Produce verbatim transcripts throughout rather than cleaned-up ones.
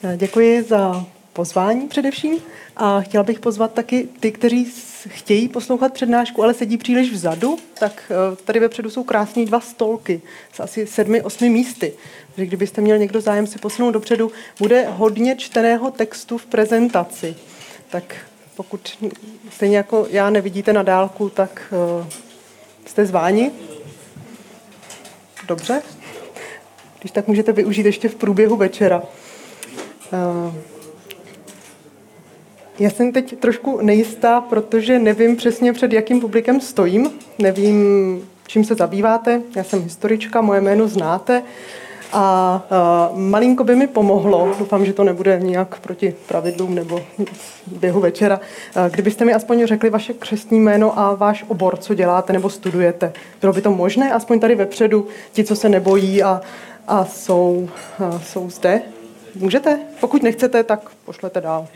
Děkuji za pozvání především a chtěla bych pozvat taky ty, kteří chtějí poslouchat přednášku, ale sedí příliš vzadu, tak tady vepředu jsou krásný dva stolky s asi sedmi, osmi místy. Takže kdybyste měl někdo zájem si posunout dopředu, bude hodně čteného textu v prezentaci. Tak pokud stejně jako já nevidíte na dálku, tak uh, jste zváni. Dobře. Když tak můžete využít ještě v průběhu večera. Uh, Já jsem teď trošku nejistá, protože nevím přesně, před jakým publikem stojím. Nevím, čím se zabýváte. Já jsem historička, moje jméno znáte. A, a malinko by mi pomohlo, doufám, že to nebude nějak proti pravidlům nebo běhu večera, a kdybyste mi aspoň řekli vaše křestní jméno a váš obor, co děláte nebo studujete. Bylo by to možné? Aspoň tady vepředu, ti, co se nebojí a, a, jsou, a jsou zde. Můžete? Pokud nechcete, tak pošlete dál.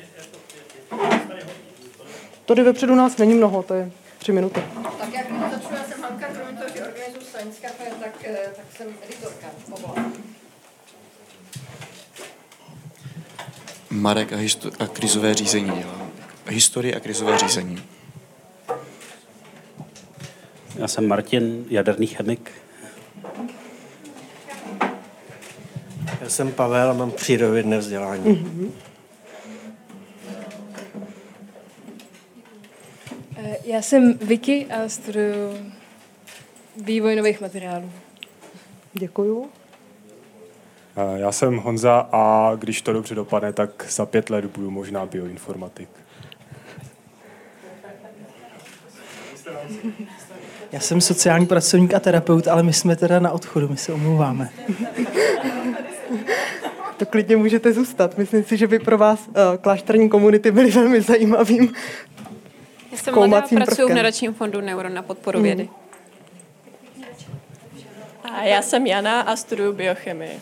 Tady vepředu nás není mnoho, to je tři minuty. Tak jak začnu, já jsem Hanka, kromě toho, že organizuji Science Café, tak, tak jsem editorka. Povolám. Marek a, histo- a krizové řízení dělám. Historie a krizové řízení. Já jsem Martin, jaderný chemik. Já jsem Pavel a mám přírodovědné vzdělání. Mm-hmm. Já jsem Vicky a studuju vývoj nových materiálů. Děkuju. Já jsem Honza a když to dobře dopadne, tak za pět let budu možná bioinformatik. Já jsem sociální pracovník a terapeut, ale my jsme teda na odchodu, my se omlouváme. To klidně můžete zůstat. Myslím si, že by pro vás uh, klášterní komunity byly velmi zajímavým. Já jsem mladá, pracuji v nadačním fondu Neuron na podporu mm. vědy. A já jsem Jana a studuju biochemii.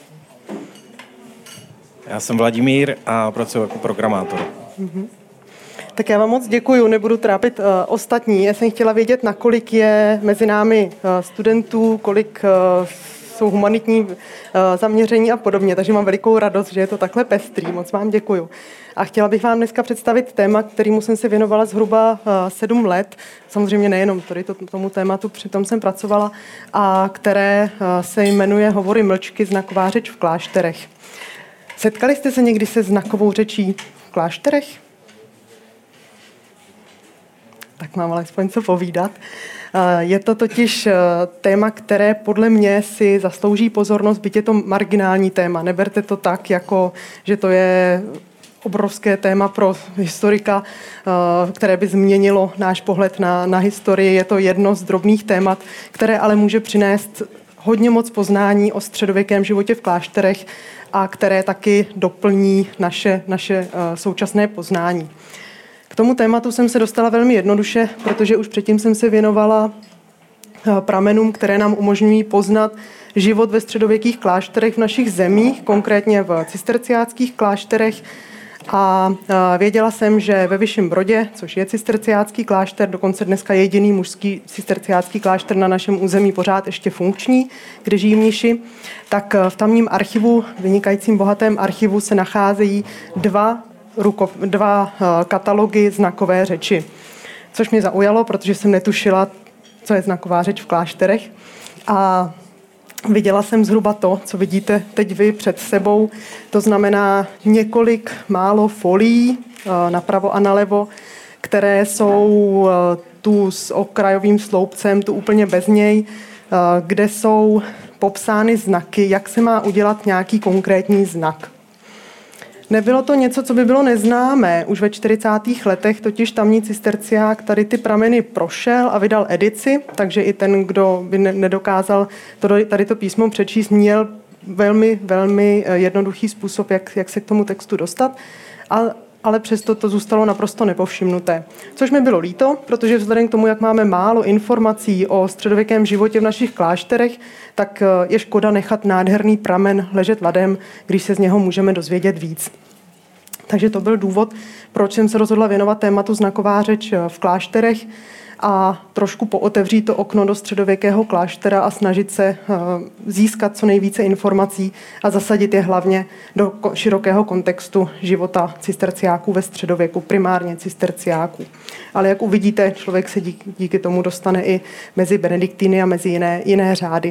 Já jsem Vladimír a pracuji jako programátor. Mm-hmm. Tak já vám moc děkuju, nebudu trápit uh, ostatní. Já jsem chtěla vědět, nakolik je mezi námi uh, studentů, kolik uh, jsou humanitní uh, zaměření a podobně, takže mám velikou radost, že je to takhle pestrý. Moc vám děkuju. A chtěla bych vám dneska představit téma, kterému jsem se věnovala zhruba uh, sedm let. Samozřejmě nejenom tady to, tomu tématu, přitom jsem pracovala, a které uh, se jmenuje Hovory mlčky, znaková řeč v klášterech. Setkali jste se někdy se znakovou řečí v klášterech? Tak mám alespoň co povídat. Je to totiž téma, které podle mě si zaslouží pozornost, byť je to marginální téma. Neberte to tak, jako že to je obrovské téma pro historika, které by změnilo náš pohled na, na historii. Je to jedno z drobných témat, které ale může přinést hodně moc poznání o středověkém životě v klášterech a které taky doplní naše, naše současné poznání. K tomu tématu jsem se dostala velmi jednoduše, protože už předtím jsem se věnovala pramenům, které nám umožňují poznat život ve středověkých klášterech v našich zemích, konkrétně v cisterciáckých klášterech. A věděla jsem, že ve Vyšším Brodě, což je cisterciácký klášter, dokonce dneska jediný mužský cisterciácký klášter na našem území pořád ještě funkční, kde žijí mniši, tak v tamním archivu, vynikajícím bohatém archivu, se nacházejí dva Rukov, dva katalogy znakové řeči. Což mě zaujalo, protože jsem netušila, co je znaková řeč v klášterech. A viděla jsem zhruba to, co vidíte teď vy před sebou. To znamená několik málo folií napravo a nalevo, které jsou tu s okrajovým sloupcem, tu úplně bez něj, kde jsou popsány znaky, jak se má udělat nějaký konkrétní znak. Nebylo to něco, co by bylo neznámé. Už ve čtyřicátých letech totiž tamní cisterciák tady ty prameny prošel a vydal edici, takže i ten, kdo by nedokázal to, tady to písmo přečíst, měl velmi, velmi jednoduchý způsob, jak, jak se k tomu textu dostat, a, ale přesto to zůstalo naprosto nepovšimnuté. Což mi bylo líto, protože vzhledem k tomu, jak máme málo informací o středověkém životě v našich klášterech, tak je škoda nechat nádherný pramen ležet ladem, když se z něho můžeme dozvědět víc. Takže to byl důvod, proč jsem se rozhodla věnovat tématu znaková řeč v klášterech. a trošku pootevřít to okno do středověkého kláštera a snažit se získat co nejvíce informací a zasadit je hlavně do širokého kontextu života cisterciáků ve středověku, primárně cisterciáků. Ale jak uvidíte, člověk se díky, díky tomu dostane i mezi benediktiny a mezi jiné, jiné řády.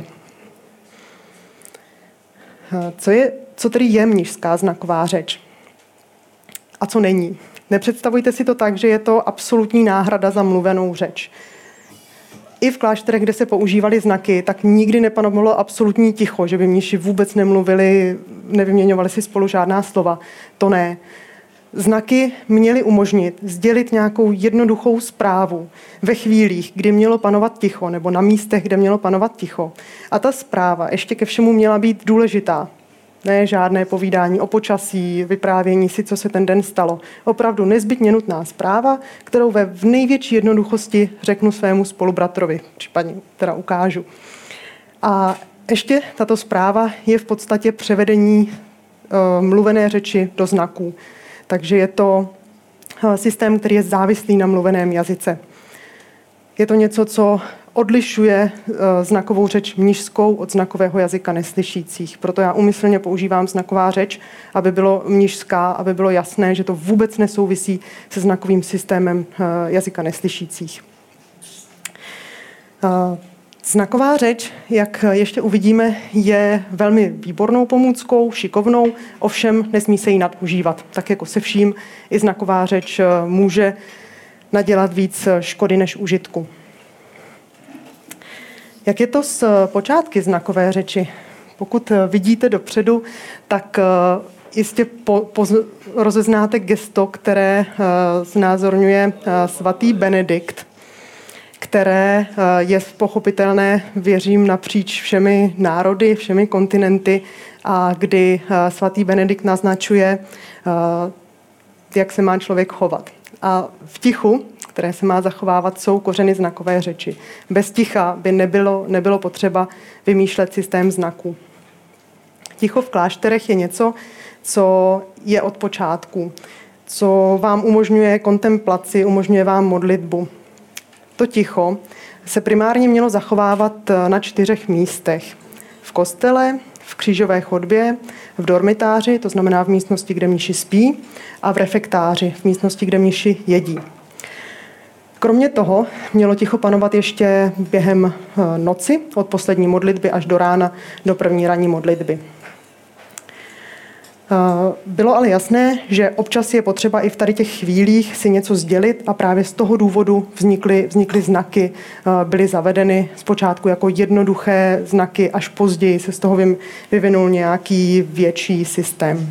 Co, je, co tedy je mnišská znaková řeč? A co není? Nepředstavujte si to tak, že je to absolutní náhrada za mluvenou řeč. I v klášterech, kde se používaly znaky, tak nikdy nepanovalo absolutní ticho, že by mniši vůbec nemluvili, nevyměňovali si spolu žádná slova. To ne. Znaky měly umožnit sdělit nějakou jednoduchou zprávu ve chvílích, kdy mělo panovat ticho, nebo na místech, kde mělo panovat ticho. A ta zpráva ještě ke všemu měla být důležitá. Ne žádné povídání o počasí, vyprávění si, co se ten den stalo. Opravdu nezbytně nutná zpráva, kterou ve v největší jednoduchosti řeknu svému spolubratrovi, případně teda ukážu. A ještě tato zpráva je v podstatě převedení uh, mluvené řeči do znaků. Takže je to systém, který je závislý na mluveném jazyce. Je to něco, co odlišuje znakovou řeč mnišskou od znakového jazyka neslyšících. Proto já úmyslně používám znaková řeč, aby bylo mnišská, aby bylo jasné, že to vůbec nesouvisí se znakovým systémem jazyka neslyšících. Znaková řeč, jak ještě uvidíme, je velmi výbornou pomůckou, šikovnou, ovšem nesmí se jí nadužívat. Tak jako se vším, i znaková řeč může nadělat víc škody než užitku. Jak je to s počátky znakové řeči? Pokud vidíte dopředu, tak jistě po, po, rozeznáte gesto, které znázorňuje svatý Benedikt, které je pochopitelné, věřím, napříč všemi národy, všemi kontinenty, a kdy svatý Benedikt naznačuje, jak se má člověk chovat. A v tichu, které se má zachovávat, jsou kořeny znakové řeči. Bez ticha by nebylo, nebylo potřeba vymýšlet systém znaků. Ticho v klášterech je něco, co je od počátku, co vám umožňuje kontemplaci, umožňuje vám modlitbu. To ticho se primárně mělo zachovávat na čtyřech místech. V kostele, v křížové chodbě, v dormitáři, to znamená v místnosti, kde mniši spí, a v refektáři, v místnosti, kde mniši jedí. Kromě toho mělo ticho panovat ještě během noci, od poslední modlitby až do rána, do první ranní modlitby. Bylo ale jasné, že občas je potřeba i v tady těch chvílích si něco sdělit, a právě z toho důvodu vznikly, vznikly znaky, byly zavedeny zpočátku jako jednoduché znaky, až později se z toho vyvinul nějaký větší systém.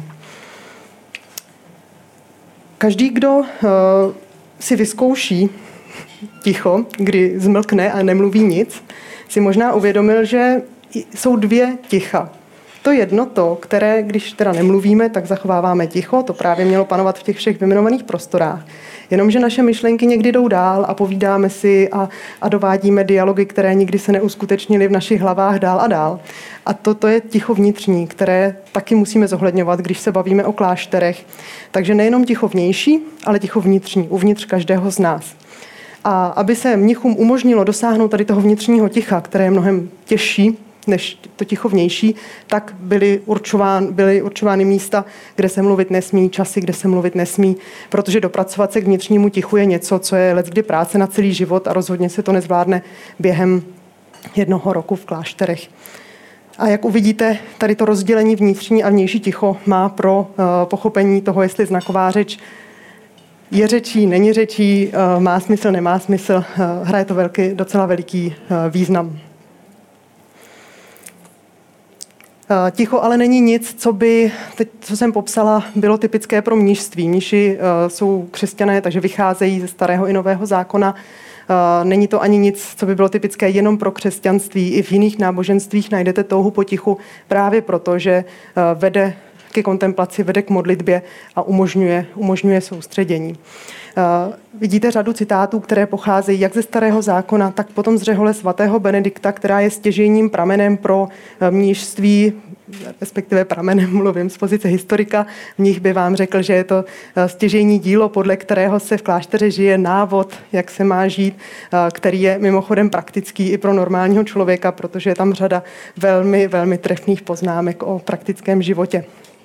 Každý, kdo si vyzkouší ticho, kdy zmlkne a nemluví nic, si možná uvědomil, že jsou dvě ticha. To jedno to, které, když teda nemluvíme, tak zachováváme ticho, to právě mělo panovat v těch všech vyjmenovaných prostorách. Jenomže naše myšlenky někdy jdou dál a povídáme si a, a dovádíme dialogy, které nikdy se neuskutečnily v našich hlavách dál a dál. A to, to je ticho vnitřní, které taky musíme zohledňovat, když se bavíme o klášterech. Takže nejenom ticho vnější, ale ticho vnitřní, uvnitř každého z nás. A aby se mnichům umožnilo dosáhnout tady toho vnitřního ticha, které je mnohem těžší než to ticho vnější, tak byly, určován, byly určovány místa, kde se mluvit nesmí, časy, kde se mluvit nesmí, protože dopracovat se k vnitřnímu tichu je něco, co je leckdy práce na celý život a rozhodně se to nezvládne během jednoho roku v klášterech. A jak uvidíte, tady to rozdělení vnitřní a vnější ticho má pro uh, pochopení toho, jestli znaková řeč je řečí, není řečí, uh, má smysl, nemá smysl, uh, hraje to velký, docela veliký uh, význam. Ticho ale není nic, co by, teď, co jsem popsala, bylo typické pro mnišství. Mniši uh, jsou křesťané, takže vycházejí ze starého i nového zákona. Uh, není to ani nic, co by bylo typické jenom pro křesťanství. I v jiných náboženstvích najdete touhu po tichu právě proto, že uh, vede ke kontemplaci, vede k modlitbě a umožňuje, umožňuje soustředění. Vidíte řadu citátů, které pocházejí jak ze Starého zákona, tak potom z řehole svatého Benedikta, která je stěžejním pramenem pro mnížství, respektive pramenem mluvím z pozice historika. Mních by vám řekl, že je to stěžejní dílo, podle kterého se v klášteře žije, návod, jak se má žít, který je mimochodem praktický i pro normálního člověka, protože je tam řada velmi, velmi trefných poznámek o praktickém životě.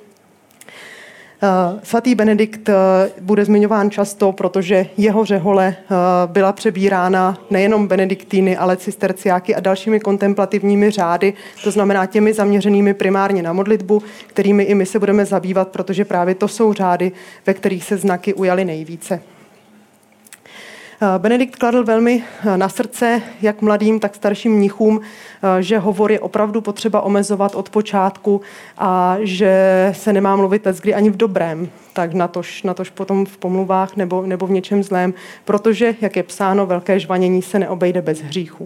Svatý Benedikt bude zmiňován často, protože jeho řehole byla přebírána nejenom benediktiny, ale cisterciáky a dalšími kontemplativními řády, to znamená těmi zaměřenými primárně na modlitbu, kterými i my se budeme zabývat, protože právě to jsou řády, ve kterých se znaky ujaly nejvíce. Benedikt kladl velmi na srdce jak mladým, tak starším mnichům, že hovor je opravdu potřeba omezovat od počátku a že se nemá mluvit leckdy ani v dobrém, tak natož, natož potom v pomluvách nebo, nebo v něčem zlém, protože, jak je psáno, velké žvanění se neobejde bez hříchu.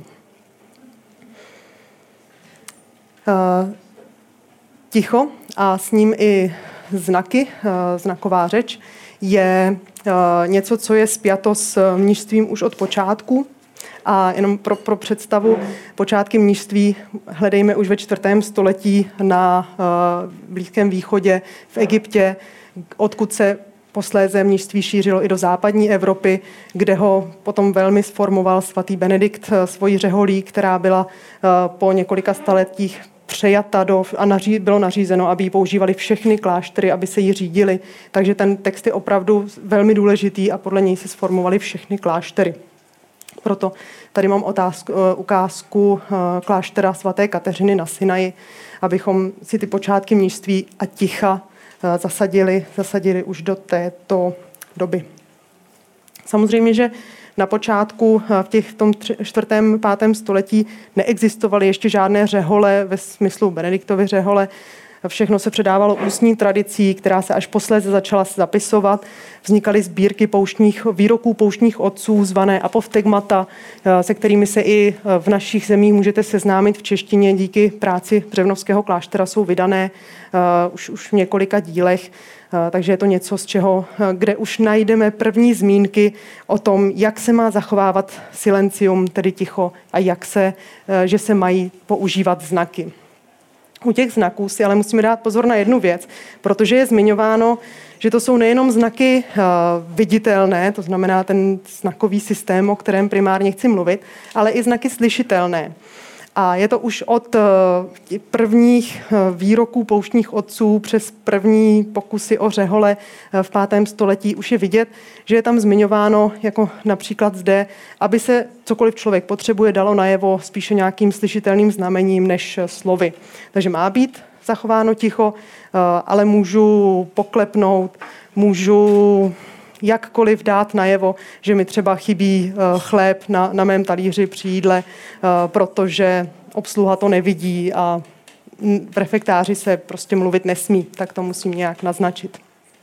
Ticho a s ním i znaky, znaková řeč, je něco, co je spjato s mnišstvím už od počátku. A jenom pro, pro představu, počátky mnišství hledejme už ve čtvrtém století na uh, Blízkém východě, v Egyptě, odkud se posléze mnišství šířilo i do západní Evropy, kde ho potom velmi sformoval svatý Benedikt svojí řeholí, která byla uh, po několika staletích přejata do, a naří, bylo nařízeno, aby ji používali všechny kláštery, aby se jí řídili. Takže ten text je opravdu velmi důležitý a podle něj se sformovaly všechny kláštery. Proto tady mám otázku, ukázku kláštera svaté Kateřiny na Sinaji, abychom si ty počátky mnišství a ticha zasadili, zasadili už do této doby. Samozřejmě, že na počátku v, těch, v tom čtvrtém, pátém století neexistovaly ještě žádné řehole ve smyslu Benediktovy řehole. Všechno se předávalo ústní tradicí, která se až posléze začala zapisovat. Vznikaly sbírky pouštních, výroků pouštních otců, zvané apoftegmata, se kterými se i v našich zemích můžete seznámit v češtině. Díky práci Břevnovského kláštera jsou vydané uh, už, už v několika dílech. Uh, takže je to něco, z čeho, kde už najdeme první zmínky o tom, jak se má zachovávat silencium, tedy ticho, a jak se, uh, že se mají používat znaky. U těch znaků si ale musíme dát pozor na jednu věc, protože je zmiňováno, že to jsou nejenom znaky uh, viditelné, to znamená ten znakový systém, o kterém primárně chci mluvit, ale i znaky slyšitelné. A je to už od uh, prvních uh, výroků pouštních otců přes první pokusy o řehole uh, v pátém století už je vidět, že je tam zmiňováno, jako například zde, aby se cokoliv člověk potřebuje dalo najevo spíše nějakým slyšitelným znamením než slovy. Takže má být zachováno ticho, uh, ale můžu poklepnout, můžu jakkoliv dát najevo, že mi třeba chybí uh, chléb na, na mém talíři při jídle, uh, protože obsluha to nevidí a v refektáři se prostě mluvit nesmí, tak to musím nějak naznačit.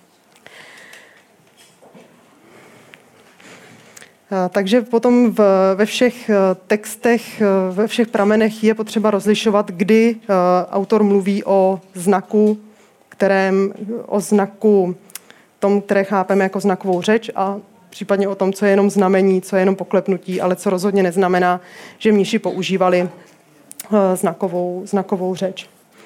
Uh, takže potom v, ve všech uh, textech, uh, ve všech pramenech je potřeba rozlišovat, kdy uh, autor mluví o znaku, kterém, o znaku tom, které chápeme jako znakovou řeč, a případně o tom, co je jenom znamení, co je jenom poklepnutí, ale co rozhodně neznamená, že mniši používali uh, znakovou, znakovou řeč.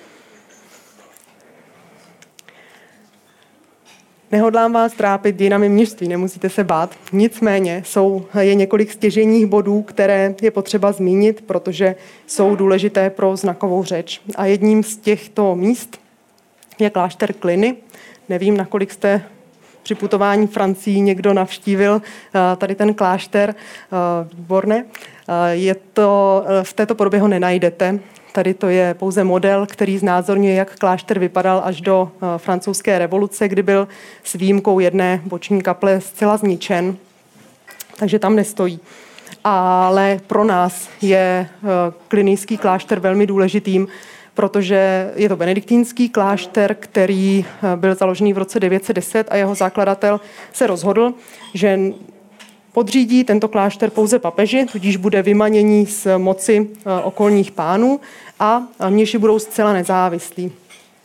Nehodlám vás trápit dějinami mnišství, nemusíte se bát. Nicméně jsou, je několik stěžejních bodů, které je potřeba zmínit, protože jsou důležité pro znakovou řeč. A jedním z těchto míst je klášter Cluny. Nevím, nakolik jste při putování Francii někdo navštívil tady ten klášter. Výborné. Je to, v této podobě ho nenajdete. Tady to je pouze model, který znázorňuje, jak klášter vypadal až do francouzské revoluce, kdy byl s výjimkou jedné boční kaple zcela zničen. Takže tam nestojí. Ale pro nás je Clunyský klášter velmi důležitým, protože je to benediktínský klášter, který byl založený v roce devět set deset a jeho zakladatel se rozhodl, že podřídí tento klášter pouze papeži, tudíž bude vymanění z moci okolních pánů a mniši budou zcela nezávislí.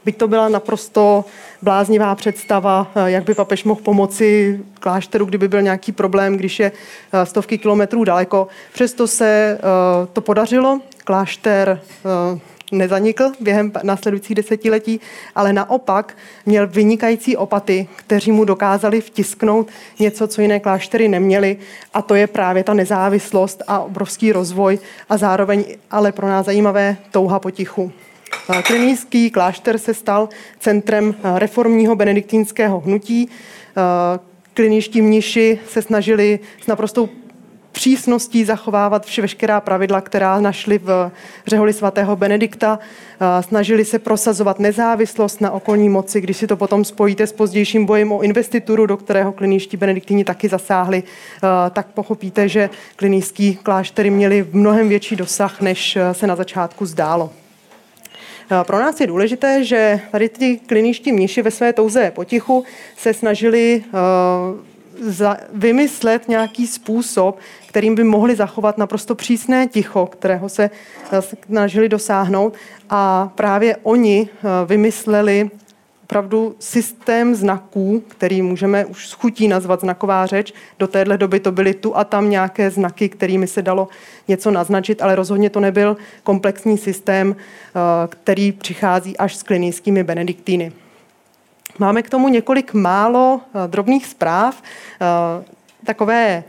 Byť to byla naprosto bláznivá představa, jak by papež mohl pomoci klášteru, kdyby byl nějaký problém, když je stovky kilometrů daleko. Přesto se to podařilo. Klášter nezanikl během následujících desetiletí, ale naopak měl vynikající opaty, kteří mu dokázali vtisknout něco, co jiné kláštery neměly, a to je právě ta nezávislost a obrovský rozvoj a zároveň ale pro nás zajímavé touha po tichu. Klinický klášter se stal centrem reformního benediktínského hnutí. Kliničtí mniši se snažili s naprostou přísností zachovávat vše, veškerá pravidla, která našli v řeholi svatého Benedikta. Snažili se prosazovat nezávislost na okolní moci. Když si to potom spojíte s pozdějším bojem o investituru, do kterého kliničtí benediktíni taky zasáhli, tak pochopíte, že klinický kláštery měly mnohem větší dosah, než se na začátku zdálo. Pro nás je důležité, že tady ty kliničtí mniši ve své touze potichu se snažili za, vymyslet nějaký způsob, kterým by mohli zachovat naprosto přísné ticho, kterého se snažili dosáhnout. A právě oni vymysleli opravdu systém znaků, který můžeme už s chutí nazvat znaková řeč. Do téhle doby to byly tu a tam nějaké znaky, kterými se dalo něco naznačit, ale rozhodně to nebyl komplexní systém, který přichází až s klinickými benediktíny. Máme k tomu několik málo drobných zpráv, takové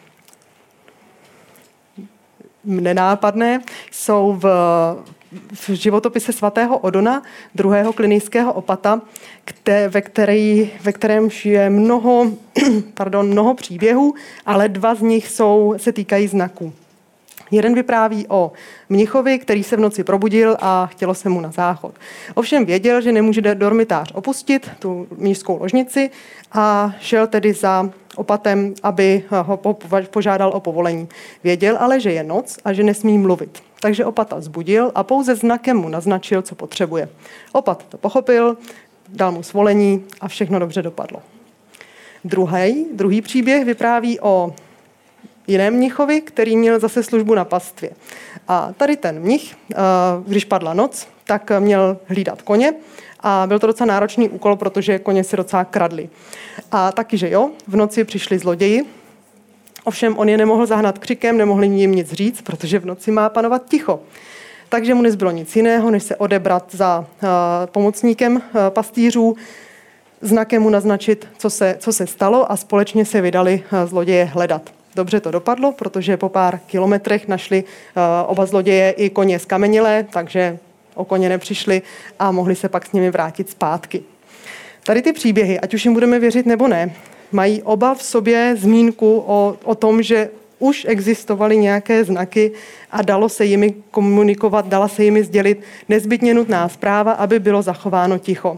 nenápadné, jsou v, v životopise svatého Odona, druhého klinického opata, kte, ve, který, ve kterém je mnoho, pardon, mnoho příběhů, ale dva z nich jsou, se týkají znaků. Jeden vypráví o mnichovi, který se v noci probudil a chtělo se mu na záchod. Ovšem věděl, že nemůže dormitář opustit, tu mnišskou ložnici, a šel tedy za opatem, aby ho požádal o povolení. Věděl ale, že je noc a že nesmí mluvit. Takže opata vzbudil a pouze znakem mu naznačil, co potřebuje. Opat to pochopil, dal mu svolení a všechno dobře dopadlo. Druhý, druhý příběh vypráví o jiném mnichovi, který měl zase službu na pastvě. A tady ten mnich, když padla noc, tak měl hlídat koně a byl to docela náročný úkol, protože koně si docela kradli. A taky, že jo, v noci přišli zloději, ovšem on je nemohl zahnat křikem, nemohli jim nic říct, protože v noci má panovat ticho. Takže mu nezbylo nic jiného, než se odebrat za pomocníkem pastýřů, znakem mu naznačit, co se, co se stalo, a společně se vydali zloděje hledat. Dobře to dopadlo, protože po pár kilometrech našli uh, oba zloděje i koně zkamenělé, takže o koně nepřišli a mohli se pak s nimi vrátit zpátky. Tady ty příběhy, ať už jim budeme věřit nebo ne, mají oba v sobě zmínku o, o tom, že už existovaly nějaké znaky a dalo se jimi komunikovat, dala se jimi sdělit nezbytně nutná zpráva, aby bylo zachováno ticho.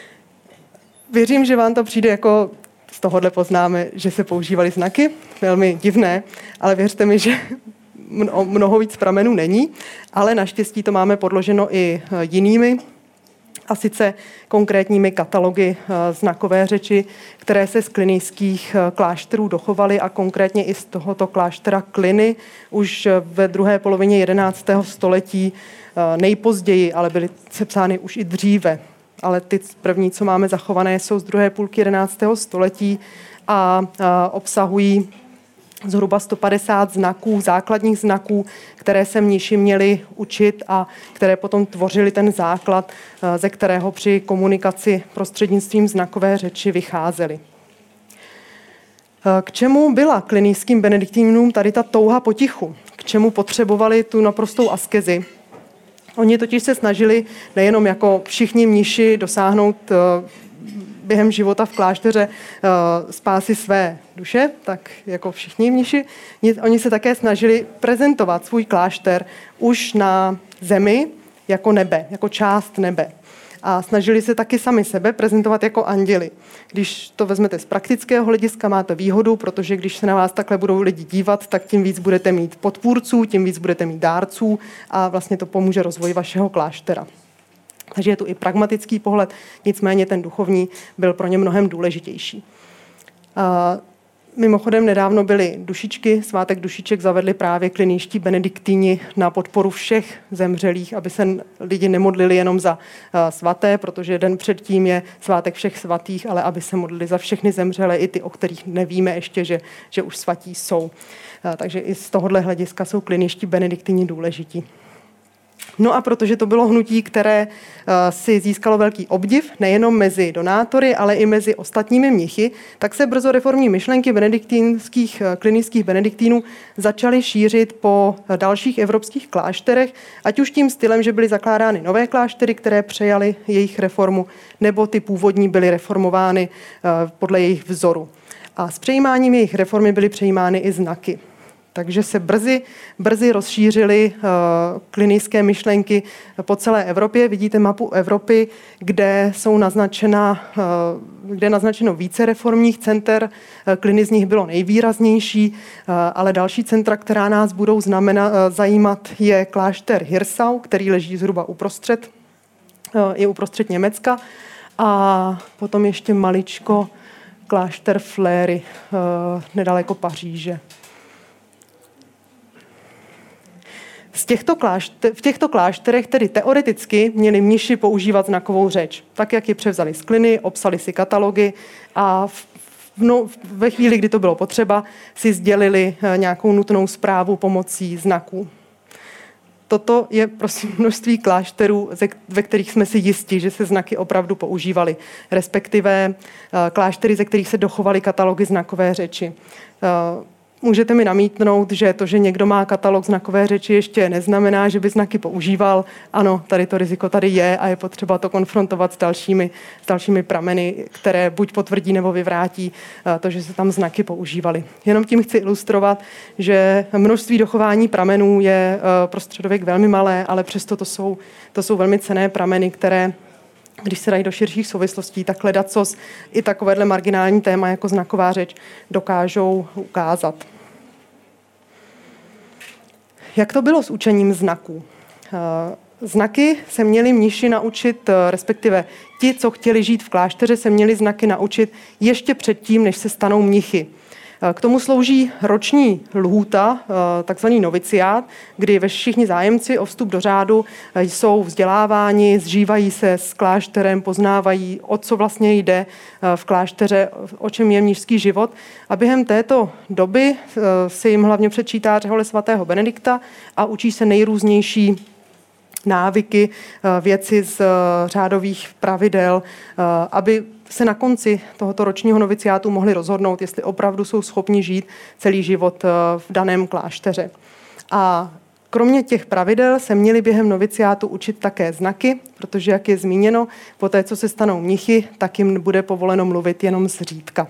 Věřím, že vám to přijde jako z tohohle poznáme, že se používaly znaky, velmi divné, ale věřte mi, že mnoho víc pramenů není, ale naštěstí to máme podloženo i jinými, a sice konkrétními katalogy znakové řeči, které se z klinických klášterů dochovaly, a konkrétně i z tohoto kláštera Kliny už ve druhé polovině jedenáctého století nejpozději, ale byly sepsány už i dříve. Ale ty první, co máme zachované, jsou z druhé půlky jedenáctého století a, a obsahují zhruba sto padesát znaků, základních znaků, které se mniši měli učit a které potom tvořily ten základ, ze kterého při komunikaci prostřednictvím znakové řeči vycházeli. K čemu byla klinickým benediktínům tady ta touha po tichu? K čemu potřebovali tu naprostou askezi? Oni totiž se snažili nejenom jako všichni mniši dosáhnout během života v klášteře spásy své duše, tak jako všichni mniši, oni se také snažili prezentovat svůj klášter už na zemi jako nebe, jako část nebe. A snažili se taky sami sebe prezentovat jako anděli. Když to vezmete z praktického hlediska, máte výhodu, protože když se na vás takhle budou lidi dívat, tak tím víc budete mít podpůrců, tím víc budete mít dárců a vlastně to pomůže rozvoji vašeho kláštera. Takže je tu i pragmatický pohled, nicméně ten duchovní byl pro ně mnohem důležitější. Mimochodem nedávno byly dušičky, svátek dušiček zavedli právě kliničtí benediktíni na podporu všech zemřelých, aby se lidi nemodlili jenom za svaté, protože den předtím je svátek všech svatých, ale aby se modlili za všechny zemřelé, i ty, o kterých nevíme ještě, že, že už svatí jsou. Takže i z tohohle hlediska jsou kliničtí benediktíni důležití. No a protože to bylo hnutí, které uh, si získalo velký obdiv, nejenom mezi donátory, ale i mezi ostatními mnichy, tak se brzo reformní myšlenky benediktínských, uh, klinických benediktínů začaly šířit po uh, dalších evropských klášterech, ať už tím stylem, že byly zakládány nové kláštery, které přejaly jejich reformu, nebo ty původní byly reformovány uh, podle jejich vzoru. A s přejímáním jejich reformy byly přejímány i znaky. Takže se brzy, brzy rozšířily uh, klinické myšlenky po celé Evropě. Vidíte mapu Evropy, kde jsou naznačena, uh, kde je naznačeno více reformních center. Uh, kliny z nich bylo nejvýraznější, uh, ale další centra, která nás budou znamena, uh, zajímat, je klášter Hirsau, který leží zhruba uprostřed, uh, je uprostřed Německa. A potom ještě maličko klášter Fleury, uh, nedaleko Paříže. Z těchto klášter, v těchto klášterech tedy teoreticky měli mniši používat znakovou řeč, tak jak ji převzali z kliny, obsali si katalogy a v, no, ve chvíli, kdy to bylo potřeba, si sdělili nějakou nutnou zprávu pomocí znaků. Toto je prosím množství klášterů, ve kterých jsme si jisti, že se znaky opravdu používaly, respektive kláštery, ze kterých se dochovaly katalogy znakové řeči. Můžete mi namítnout, že to, že někdo má katalog znakové řeči, ještě neznamená, že by znaky používal. Ano, tady to riziko tady je a je potřeba to konfrontovat s dalšími, s dalšími prameny, které buď potvrdí nebo vyvrátí to, že se tam znaky používaly. Jenom tím chci ilustrovat, že množství dochování pramenů je pro středověk velmi malé, ale přesto to jsou, to jsou velmi cenné prameny, které, když se dají do širších souvislostí, tak ledacos i takovéhle marginální téma jako znaková řeč dokážou ukázat. Jak to bylo s učením znaků? Znaky se měli mniši naučit, respektive ti, co chtěli žít v klášteře, se měli znaky naučit ještě předtím, než se stanou mnichy. K tomu slouží roční lhůta, takzvaný noviciát, kdy všichni zájemci o vstup do řádu jsou vzděláváni, zžívají se s klášterem, poznávají, o co vlastně jde v klášteře, o čem je mnišský život. A během této doby se jim hlavně přečítá řehole svatého Benedikta a učí se nejrůznější návyky, věci z řádových pravidel, aby se na konci tohoto ročního noviciátu mohli rozhodnout, jestli opravdu jsou schopni žít celý život v daném klášteře. A kromě těch pravidel se měli během noviciátu učit také znaky, protože, jak je zmíněno, po té, co se stanou mnichy, tak jim bude povoleno mluvit jenom zřídka.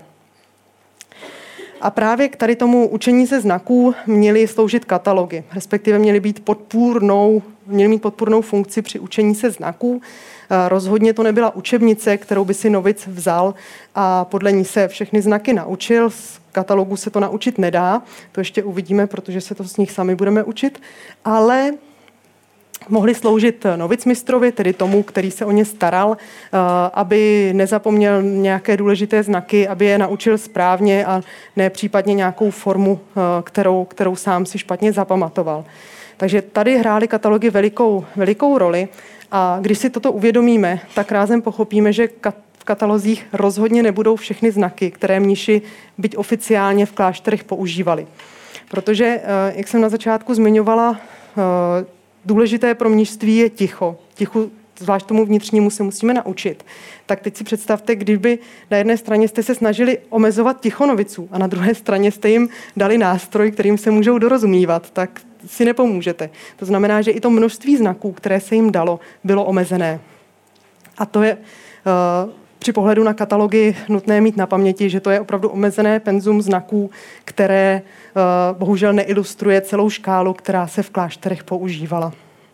A právě k tady tomu učení se znaků měly sloužit katalogy, respektive měly být podpůrnou, měly mít podpůrnou funkci při učení se znaků. Rozhodně to nebyla učebnice, kterou by si novic vzal a podle ní se všechny znaky naučil. Z katalogu se to naučit nedá, to ještě uvidíme, protože se to s nich sami budeme učit, ale mohli sloužit novicmistrovi, tedy tomu, který se o ně staral, aby nezapomněl nějaké důležité znaky, aby je naučil správně a ne případně nějakou formu, kterou, kterou sám si špatně zapamatoval. Takže tady hrály katalogy velikou, velikou roli a když si toto uvědomíme, tak rázem pochopíme, že v katalozích rozhodně nebudou všechny znaky, které mniši byť oficiálně v klášterech používali. Protože, jak jsem na začátku zmiňovala, důležité pro mnišství je ticho. Tichu, zvlášť tomu vnitřnímu, se musíme naučit. Tak teď si představte, kdyby na jedné straně jste se snažili omezovat ticho noviců a na druhé straně jste jim dali nástroj, kterým se můžou dorozumívat, tak si nepomůžete. To znamená, že i to množství znaků, které se jim dalo, bylo omezené. A to je uh, při pohledu na katalogy nutné mít na paměti, že to je opravdu omezené penzum znaků, které uh, bohužel neilustruje celou škálu, která se v klášterech používala.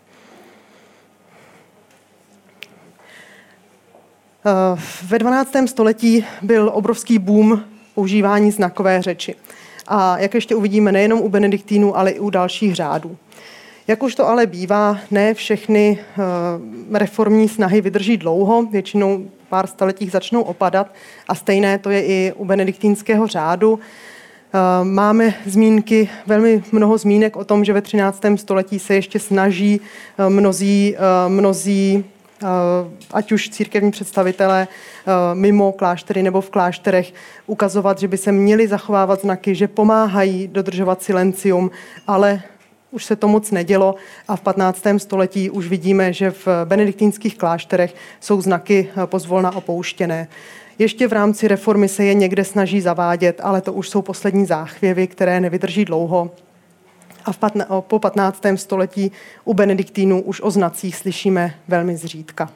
Uh, ve dvanáctém století byl obrovský boom používání znakové řeči. A jak ještě uvidíme, nejenom u benediktínů, ale i u dalších řádů. Jak už to ale bývá, ne všechny uh, reformní snahy vydrží dlouho, většinou pár staletích začnou opadat a stejné to je i u benediktínského řádu. Máme zmínky, velmi mnoho zmínek o tom, že ve třináctém století se ještě snaží mnozí, mnozí ať už církevní představitelé mimo kláštery nebo v klášterech ukazovat, že by se měly zachovávat znaky, že pomáhají dodržovat silencium, ale už se to moc nedělo a v patnáctém století už vidíme, že v benediktínských klášterech jsou znaky pozvolna opouštěné. Ještě v rámci reformy se je někde snaží zavádět, ale to už jsou poslední záchvěvy, které nevydrží dlouho. A v patna- po patnáctém století u benediktínů už o znacích slyšíme velmi zřídka.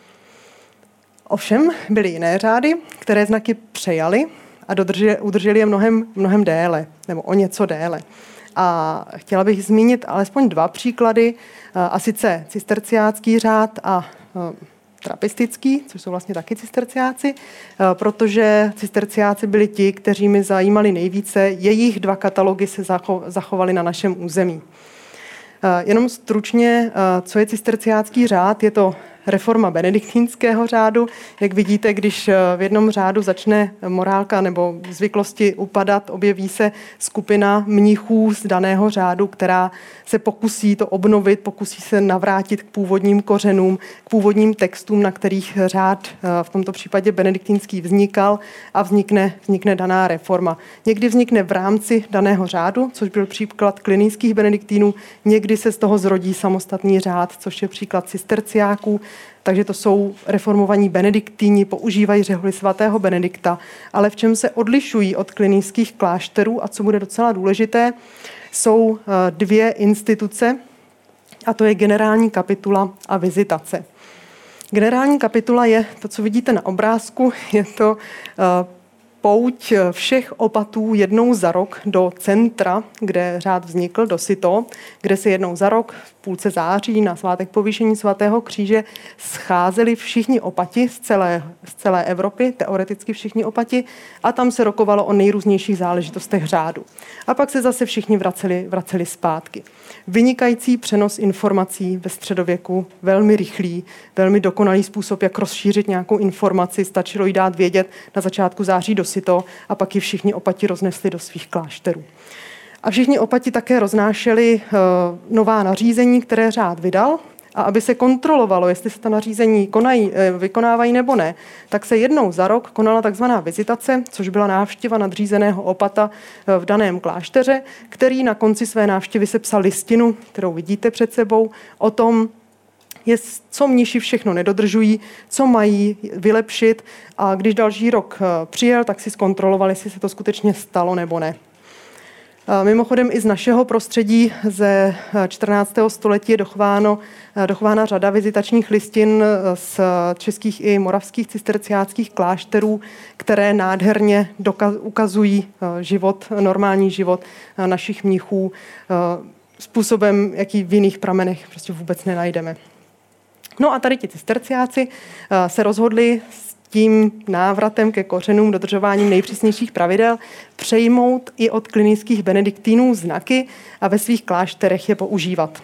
Ovšem byly jiné řády, které znaky přejaly a dodrželi, udrželi je mnohem, mnohem déle, nebo o něco déle. A chtěla bych zmínit alespoň dva příklady, a sice cisterciácký řád a trapistický, což jsou vlastně taky cisterciáci, protože cisterciáci byli ti, kteří mi zajímali nejvíce. Jejich dva katalogy se zachovaly na našem území. Jenom stručně, co je cisterciácký řád, je to reforma benediktínského řádu. Jak vidíte, když v jednom řádu začne morálka nebo zvyklosti upadat, objeví se skupina mnichů z daného řádu, která se pokusí to obnovit, pokusí se navrátit k původním kořenům, k původním textům, na kterých řád v tomto případě benediktínský vznikal a vznikne, vznikne daná reforma. Někdy vznikne v rámci daného řádu, což byl příklad klinijských benediktínů, někdy se z toho zrodí samostatný řád, což je příklad cisterciáků. Takže to jsou reformovaní benediktíni, používají řehly svatého Benedikta, ale v čem se odlišují od klinijských klášterů a co bude docela důležité, jsou dvě instituce, a to je generální kapitula a vizitace. Generální kapitula je to, co vidíte na obrázku, je to pouť všech opatů jednou za rok do centra, kde řád vznikl, do Citeaux, kde se jednou za rok v půlce září na svátek povýšení svatého kříže scházeli všichni opati z celé, z celé Evropy, teoreticky všichni opati, a tam se rokovalo o nejrůznějších záležitostech řádu. A pak se zase všichni vraceli, vraceli zpátky. Vynikající přenos informací ve středověku, velmi rychlý, velmi dokonalý způsob, jak rozšířit nějakou informaci, stačilo jí dát vědět na začátku září do Citeaux a pak ji všichni opati roznesli do svých klášterů. A všichni opati také roznášeli uh, nová nařízení, které řád vydal, a aby se kontrolovalo, jestli se ta nařízení konají, vykonávají nebo ne, tak se jednou za rok konala takzvaná vizitace, což byla návštěva nadřízeného opata v daném klášteře, který na konci své návštěvy sepsal listinu, kterou vidíte před sebou, o tom, je, co mniši všechno nedodržují, co mají vylepšit, a když další rok přijel, tak si zkontrolovali, jestli se to skutečně stalo nebo ne. Mimochodem i z našeho prostředí ze čtrnáctého století je dochováno, dochována řada vizitačních listin z českých i moravských cisterciáckých klášterů, které nádherně dokaz, ukazují život, normální život našich mnichů způsobem, jaký v jiných pramenech prostě vůbec nenajdeme. No a tady ti cisterciáci se rozhodli tím návratem ke kořenům, dodržováním nejpřísnějších pravidel přejmout i od klinijských benediktínů znaky a ve svých klášterech je používat.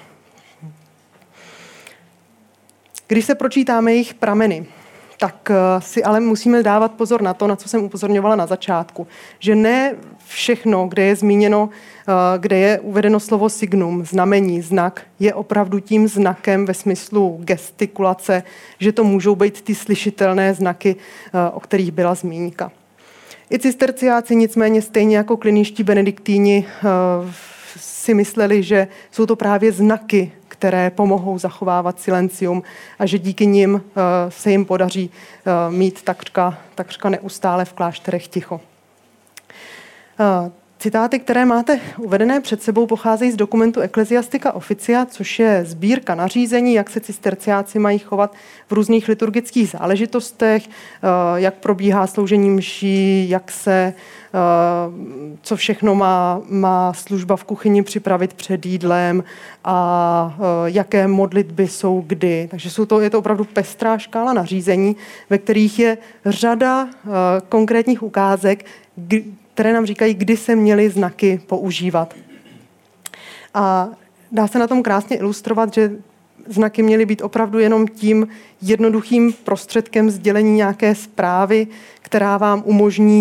Když se pročítáme jejich prameny, tak si ale musíme dávat pozor na to, na co jsem upozorňovala na začátku, že ne všechno, kde je zmíněno, kde je uvedeno slovo signum, znamení, znak, je opravdu tím znakem ve smyslu gestikulace, že to můžou být ty slyšitelné znaky, o kterých byla zmínka. I cisterciáci nicméně stejně jako kliničtí benediktíni si mysleli, že jsou to právě znaky, které pomohou zachovávat silencium a že díky nim uh, se jim podaří uh, mít takřka, takřka neustále v klášterech ticho. Uh, citáty, které máte uvedené před sebou, pocházejí z dokumentu Ecclesiastica Officia, což je sbírka nařízení, jak se cisterciáci mají chovat v různých liturgických záležitostech, uh, jak probíhá sloužení mší, jak se co všechno má, má služba v kuchyni připravit před jídlem a jaké modlitby jsou kdy. Takže jsou to, je to opravdu pestrá škála nařízení, ve kterých je řada konkrétních ukázek, které nám říkají, kdy se měly znaky používat. A dá se na tom krásně ilustrovat, že znaky měly být opravdu jenom tím jednoduchým prostředkem sdělení nějaké zprávy, která vám umožní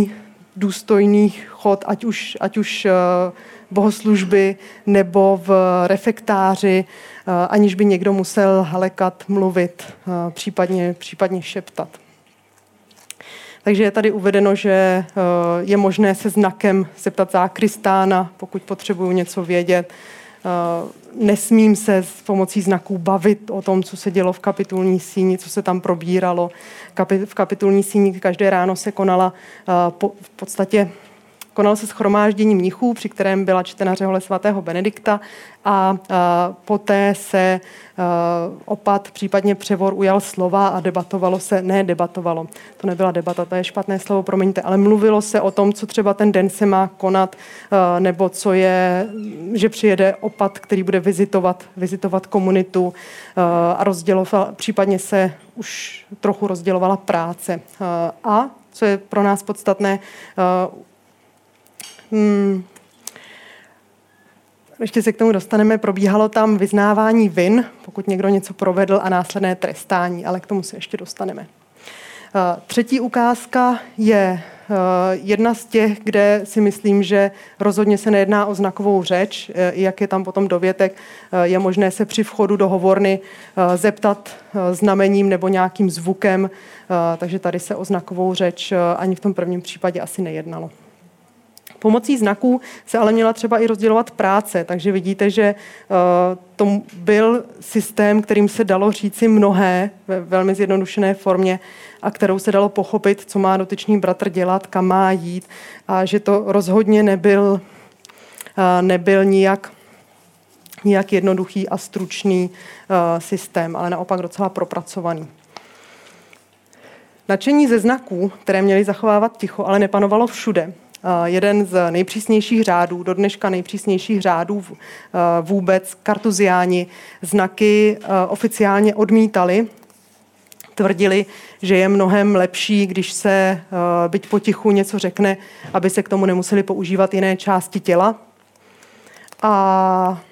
důstojný chod, ať už, ať už bohoslužby nebo v refektáři, aniž by někdo musel halekat, mluvit, případně, případně šeptat. Takže je tady uvedeno, že je možné se znakem zeptat zákristána, pokud potřebuju něco vědět. Nesmím se s pomocí znaků bavit o tom, co se dělo v kapitulní síni, co se tam probíralo. V kapitulní síni každé ráno se konala v podstatě konalo se shromáždění mnichů, při kterém byla čtena řehole svatého Benedikta a, a poté se a, opat, případně převor ujal slova a debatovalo se, ne debatovalo, to nebyla debata, to je špatné slovo, promiňte, ale mluvilo se o tom, co třeba ten den se má konat, a, nebo co je, že přijede opat, který bude vizitovat, vizitovat komunitu a, a rozděloval, případně se už trochu rozdělovala práce. A, a co je pro nás podstatné, a, Hmm. Ještě se k tomu dostaneme. Probíhalo tam vyznávání vin, pokud někdo něco provedl, a následné trestání, ale k tomu se ještě dostaneme. Uh, třetí ukázka je uh, jedna z těch, kde si myslím, že rozhodně se nejedná o znakovou řeč, uh, jak je tam potom dovětek, uh, je možné se při vchodu do hovorny uh, zeptat uh, znamením nebo nějakým zvukem, uh, takže tady se o znakovou řeč uh, ani v tom prvním případě asi nejednalo. Pomocí znaků se ale měla třeba i rozdělovat práce, takže vidíte, že uh, to byl systém, kterým se dalo říci mnohé ve velmi zjednodušené formě a kterou se dalo pochopit, co má dotyčný bratr dělat, kam má jít a že to rozhodně nebyl, uh, nebyl nijak, nijak jednoduchý a stručný uh, systém, ale naopak docela propracovaný. Nadšení ze znaků, které měly zachovávat ticho, ale nepanovalo všude. Uh, jeden z nejpřísnějších řádů, do dneška nejpřísnějších řádů uh, vůbec, kartuziáni, znaky uh, oficiálně odmítali. Tvrdili, že je mnohem lepší, když se uh, byť potichu něco řekne, aby se k tomu nemuseli používat jiné části těla. A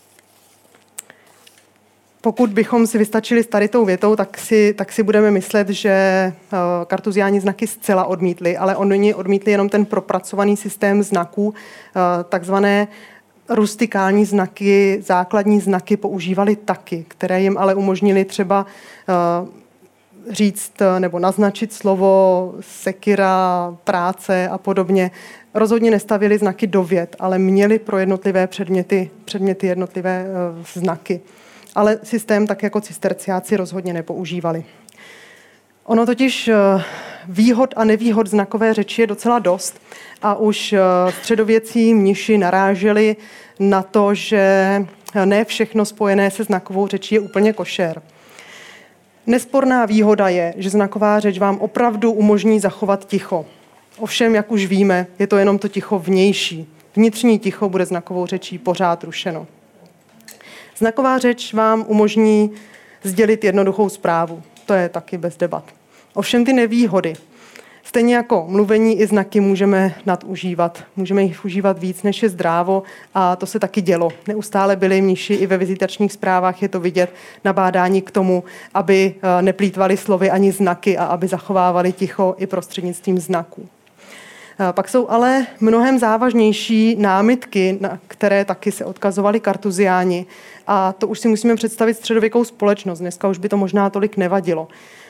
pokud bychom si vystačili s tady tou větou, tak si, tak si budeme myslet, že uh, kartuziáni znaky zcela odmítli, ale oni odmítli jenom ten propracovaný systém znaků, uh, takzvané rustikální znaky, základní znaky používali taky, které jim ale umožnili třeba uh, říct nebo naznačit slovo sekira, práce a podobně. Rozhodně nestavili znaky do vět, ale měli pro jednotlivé předměty, předměty jednotlivé uh, znaky. Ale systém tak jako cisterciáci rozhodně nepoužívali. Ono totiž výhod a nevýhod znakové řeči je docela dost a už středověcí mniši naráželi na to, že ne všechno spojené se znakovou řečí je úplně košer. Nesporná výhoda je, že znaková řeč vám opravdu umožní zachovat ticho. Ovšem, jak už víme, je to jenom to ticho vnější. Vnitřní ticho bude znakovou řečí pořád rušeno. Znaková řeč vám umožní sdělit jednoduchou zprávu. To je taky bez debat. Ovšem ty nevýhody. Stejně jako mluvení i znaky můžeme nadužívat. Můžeme jich užívat víc, než je zdrávo a to se taky dělo. Neustále byli mniši i ve vizitačních zprávách, je to vidět, nabádání k tomu, aby neplýtvali slovy ani znaky a aby zachovávali ticho i prostřednictvím znaků. Pak jsou ale mnohem závažnější námitky, na které taky se odkazovali kartuziáni. A to už si musíme představit středověkou společnost. Dneska už by to možná tolik nevadilo.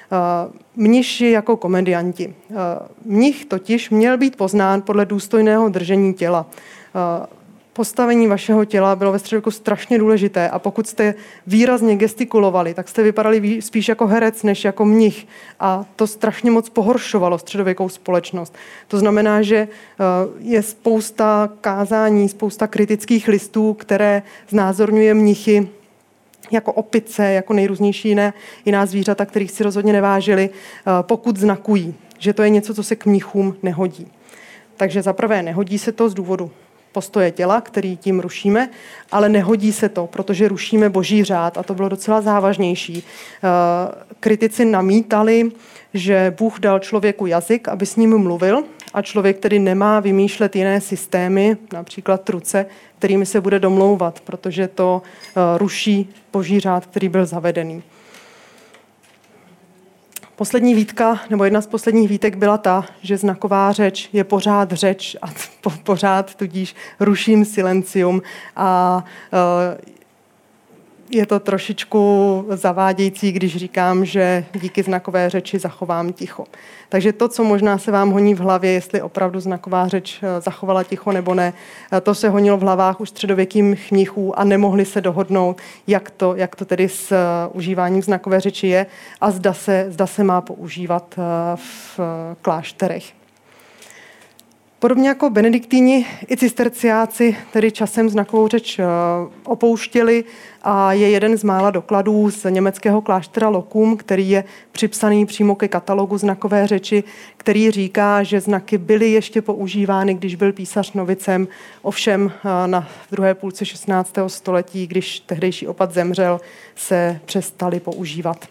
Mniši jako komedianti. Mnich totiž měl být poznán podle důstojného držení těla. Postavení vašeho těla bylo ve středověku strašně důležité a pokud jste výrazně gestikulovali, tak jste vypadali spíš jako herec než jako mnich a to strašně moc pohoršovalo středověkou společnost. To znamená, že je spousta kázání, spousta kritických listů, které znázorňuje mnichy jako opice, jako nejrůznější jiné, jiná zvířata, kterých si rozhodně nevážili, pokud znakují, že to je něco, co se k mnichům nehodí. Takže zaprvé nehodí se to z důvodu postoje těla, který tím rušíme, ale nehodí se to, protože rušíme boží řád a to bylo docela závažnější. Kritici namítali, že Bůh dal člověku jazyk, aby s ním mluvil a člověk tedy nemá vymýšlet jiné systémy, například truce, kterými se bude domlouvat, protože to ruší boží řád, který byl zavedený. Poslední výtka, nebo jedna z posledních výtek byla ta, že znaková řeč je pořád řeč a po, pořád tudíž ruším silencium a uh, je to trošičku zavádějící, když říkám, že díky znakové řeči zachovám ticho. Takže to, co možná se vám honí v hlavě, jestli opravdu znaková řeč zachovala ticho nebo ne, to se honilo v hlavách už středověkých mnichů a nemohli se dohodnout, jak to, jak to tedy s užíváním znakové řeči je a zda se, zda se má používat v klášterech. Podobně jako benediktíni, i cisterciáci tedy časem znakovou řeč opouštěli a je jeden z mála dokladů z německého kláštera Loccum, který je připsaný přímo ke katalogu znakové řeči, který říká, že znaky byly ještě používány, když byl písař novicem, ovšem na druhé půlce šestnáctého století, když tehdejší opat zemřel, se přestaly používat.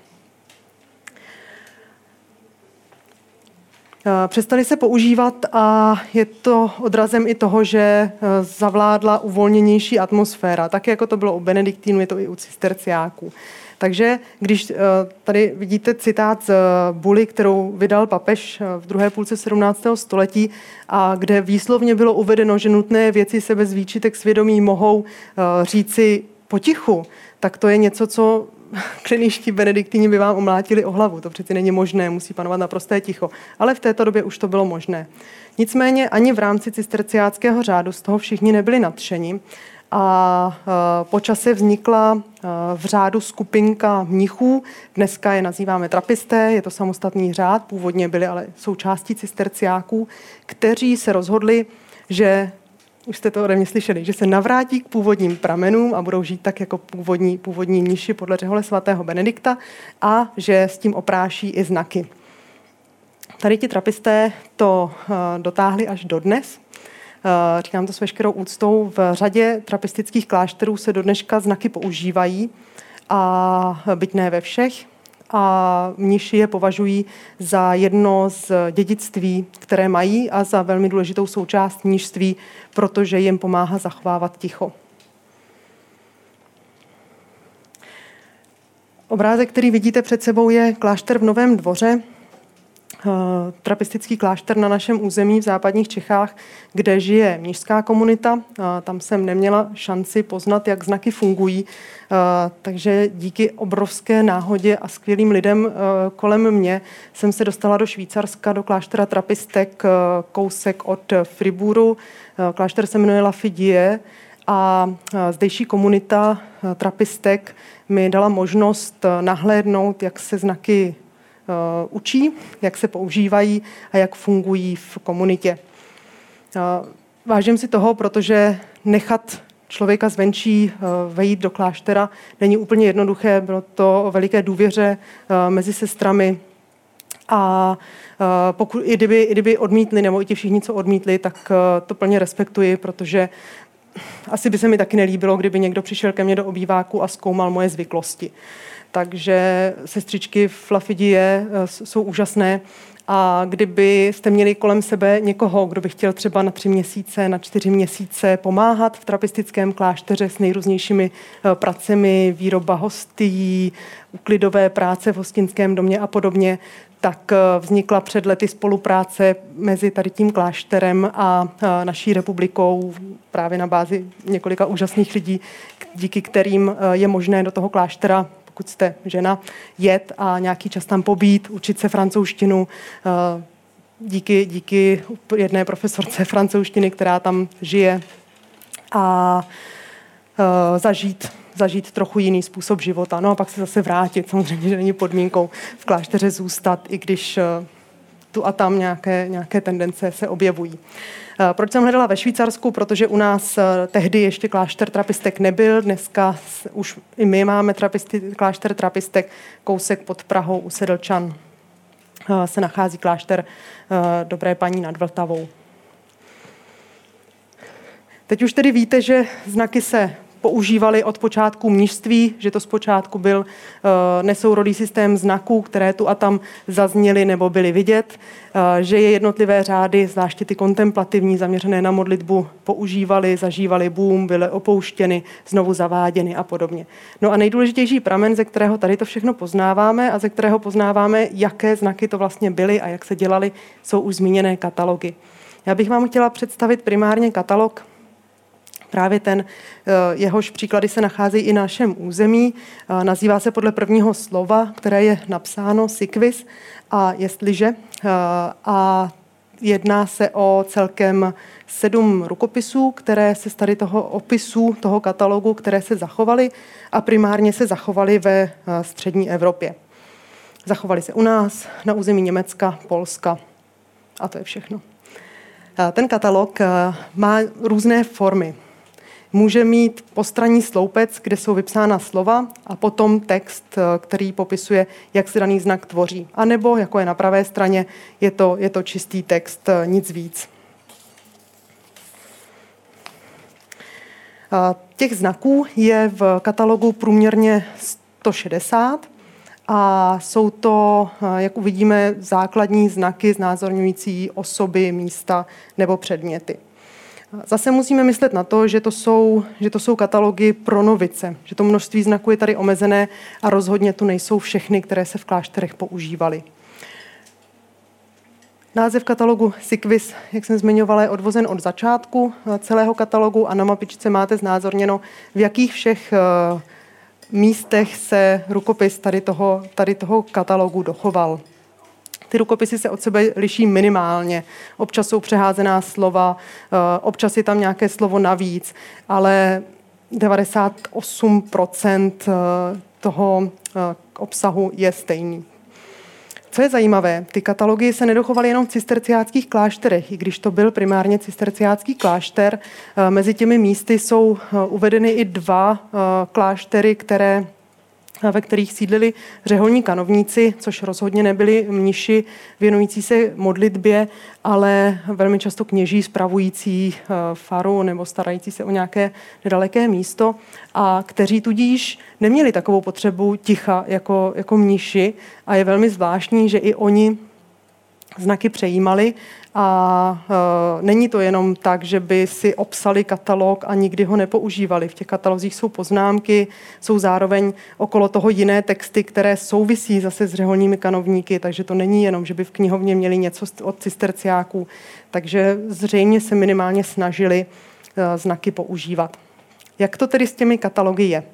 Přestali se používat a je to odrazem i toho, že zavládla uvolněnější atmosféra. Tak jako to bylo u benediktínů, je to i u cisterciáků. Takže když tady vidíte citát z buly, kterou vydal papež v druhé půlce sedmnáctého století a kde výslovně bylo uvedeno, že nutné věci se bez výčitek svědomí mohou říci potichu, tak to je něco, co kliničtí benediktíni by vám omlátili o hlavu. To přeci není možné, musí panovat naprosté ticho. Ale v této době už to bylo možné. Nicméně ani v rámci cisterciáckého řádu z toho všichni nebyli nadšeni a po čase vznikla v řádu skupinka mnichů. Dneska je nazýváme trapisté, je to samostatný řád, původně byli ale součástí cisterciáků, kteří se rozhodli, že už jste to ode mě slyšeli, že se navrátí k původním pramenům a budou žít tak jako původní, původní mniši podle řehole svatého Benedikta a že s tím opráší i znaky. Tady ti trapisté to uh, dotáhli až dodnes. Uh, říkám to s veškerou úctou. V řadě trapistických klášterů se dodneška znaky používají a byť ne ve všech. A mniši je považují za jedno z dědictví, které mají a za velmi důležitou součást mnišství, protože jim pomáhá zachovávat ticho. Obrázek, který vidíte před sebou, je klášter v Novém Dvoře, trapistický klášter na našem území v západních Čechách, kde žije mnišská komunita. Tam jsem neměla šanci poznat, jak znaky fungují, takže díky obrovské náhodě a skvělým lidem kolem mě jsem se dostala do Švýcarska, do kláštera trapistek, kousek od Fribourgu. Klášter se jmenuje La Fidie a zdejší komunita trapistek mi dala možnost nahlédnout, jak se znaky Uh, učí, jak se používají a jak fungují v komunitě. Uh, vážím si toho, protože nechat člověka zvenčí uh, vejít do kláštera není úplně jednoduché. Bylo to o veliké důvěře uh, mezi sestrami a uh, pokud, i, kdyby, i kdyby odmítli, nebo i ti všichni, co odmítli, tak uh, to plně respektuji, protože asi by se mi taky nelíbilo, kdyby někdo přišel ke mně do obýváku a zkoumal moje zvyklosti. Takže sestřičky v La Fidie jsou úžasné a kdyby jste měli kolem sebe někoho, kdo by chtěl třeba na tři měsíce, na čtyři měsíce pomáhat v trapistickém klášteře s nejrůznějšími pracemi, výroba hostií, uklidové práce v hostinském domě a podobně, tak vznikla před lety spolupráce mezi tady tím klášterem a naší republikou právě na bázi několika úžasných lidí, díky kterým je možné do toho kláštera, pokud jste žena, jet a nějaký čas tam pobít, učit se francouzštinu díky, díky jedné profesorce francouzštiny, která tam žije a zažít, zažít trochu jiný způsob života. No a pak se zase vrátit. Samozřejmě, že není podmínkou v klášteře zůstat, i když tu a tam nějaké, nějaké tendence se objevují. Proč jsem hledala ve Švýcarsku? Protože u nás tehdy ještě klášter trapistek nebyl. Dneska už i my máme trapisti, klášter trapistek. Kousek pod Prahou u Sedlčan se nachází klášter Dobré paní nad Vltavou. Teď už tedy víte, že znaky se používali od počátku mnišství, že to zpočátku byl uh, nesourodý systém znaků, které tu a tam zazněly nebo byly vidět, uh, že je jednotlivé řády, zvláště ty kontemplativní, zaměřené na modlitbu, používali, zažívali boom, byly opouštěny, znovu zaváděny a podobně. No a nejdůležitější pramen, ze kterého tady to všechno poznáváme a ze kterého poznáváme, jaké znaky to vlastně byly a jak se dělaly, jsou už zmíněné katalogy. Já bych vám chtěla představit primárně katalog, právě ten, jehož příklady se nacházejí i na našem území. Nazývá se podle prvního slova, které je napsáno Sikvis a jestliže. A jedná se o celkem sedm rukopisů, které se z tady toho opisu, toho katalogu, které se zachovaly a primárně se zachovaly ve střední Evropě. Zachovaly se u nás, na území Německa, Polska a to je všechno. Ten katalog má různé formy. Může mít postranní sloupec, kde jsou vypsána slova a potom text, který popisuje, jak se daný znak tvoří. A nebo, jako je na pravé straně, je to, je to čistý text, nic víc. Těch znaků je v katalogu průměrně sto šedesát a jsou to, jak uvidíme, základní znaky znázorňující osoby, místa nebo předměty. Zase musíme myslet na to, že to jsou, že to jsou katalogy pro novice, že to množství znaků je tady omezené a rozhodně tu nejsou všechny, které se v klášterech používaly. Název katalogu Sikvis, jak jsem zmiňovala, je odvozen od začátku celého katalogu a na mapičce máte znázorněno, v jakých všech místech se rukopis tady toho, tady toho katalogu dochoval. Ty rukopisy se od sebe liší minimálně. Občas jsou přeházená slova, občas je tam nějaké slovo navíc, ale devadesát osm procent toho obsahu je stejný. Co je zajímavé, ty katalogy se nedochovaly jenom v cisterciáckých klášterech, i když to byl primárně cisterciácký klášter. Mezi těmi místy jsou uvedeny i dva kláštery, které ve kterých sídlili řeholní kanovníci, což rozhodně nebyli mniši věnující se modlitbě, ale velmi často kněží spravující faru nebo starající se o nějaké nedaleké místo a kteří tudíž neměli takovou potřebu ticha jako, jako mniši a je velmi zvláštní, že i oni znaky přejímali a e, není to jenom tak, že by si obsali katalog a nikdy ho nepoužívali. V těch katalozích jsou poznámky, jsou zároveň okolo toho jiné texty, které souvisí zase s řeholními kanovníky, takže to není jenom, že by v knihovně měli něco od cisterciáků, takže zřejmě se minimálně snažili e, znaky používat. Jak to tedy s těmi katalogy je?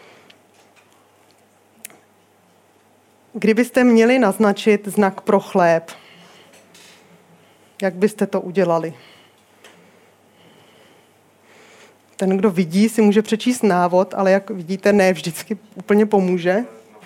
Kdybyste měli naznačit znak pro chléb, jak byste to udělali? Ten, kdo vidí, si může přečíst návod, ale jak vidíte, ne vždycky úplně pomůže.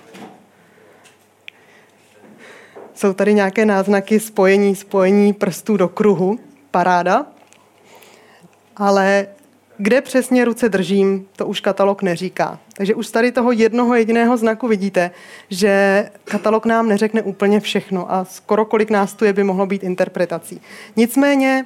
Jsou tady nějaké náznaky spojení, spojení prstů do kruhu, paráda. Ale kde přesně ruce držím, to už katalog neříká. Takže už tady toho jednoho jediného znaku vidíte, že katalog nám neřekne úplně všechno a skoro kolik nás tu je, by mohlo být interpretací. Nicméně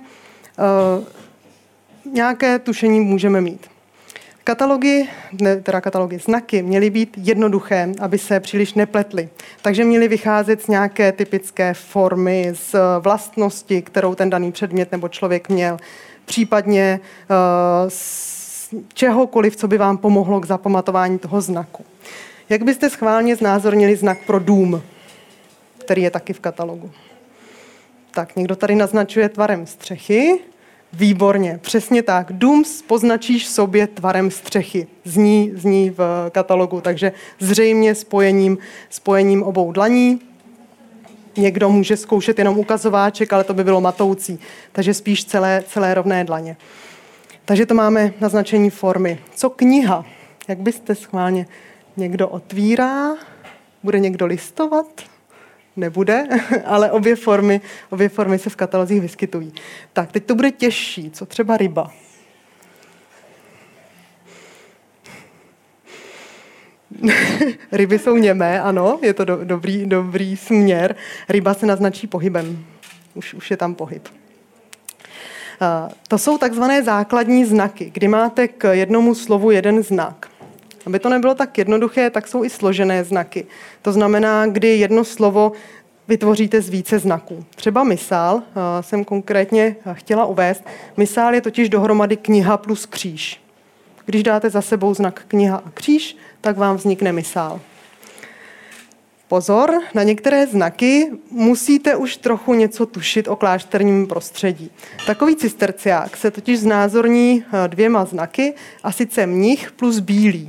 uh, nějaké tušení můžeme mít. Katalogy, ne, teda katalogy, znaky měly být jednoduché, aby se příliš nepletly. Takže měly vycházet z nějaké typické formy, z vlastnosti, kterou ten daný předmět nebo člověk měl. Případně uh, z čehokoliv, co by vám pomohlo k zapamatování toho znaku. Jak byste schválně znázornili znak pro dům, který je taky v katalogu? Tak, někdo tady naznačuje tvarem střechy. Výborně, přesně tak. Dům poznačíš sobě tvarem střechy. Zní, zní v katalogu, takže zřejmě spojením, spojením obou dlaní. Někdo může zkoušet jenom ukazováček, ale to by bylo matoucí. Takže spíš celé, celé rovné dlaně. Takže to máme naznačení formy. Co kniha? Jak byste schválně někdo otvírá? Bude někdo listovat? Nebude, ale obě formy, obě formy se v katalozích vyskytují. Tak, teď to bude těžší. Co třeba ryba? Ryby jsou němé, ano, je to do, dobrý, dobrý směr. Ryba se naznačí pohybem. Už, už je tam pohyb. To jsou takzvané základní znaky, kdy máte k jednomu slovu jeden znak. Aby to nebylo tak jednoduché, tak jsou i složené znaky. To znamená, kdy jedno slovo vytvoříte z více znaků. Třeba misál jsem konkrétně chtěla uvést. Misál je totiž dohromady kniha plus kříž. Když dáte za sebou znak kniha a kříž, tak vám vznikne misál. Pozor, na některé znaky musíte už trochu něco tušit o klášterním prostředí. Takový cisterciák se totiž znázorní dvěma znaky, a sice mnich plus bílý.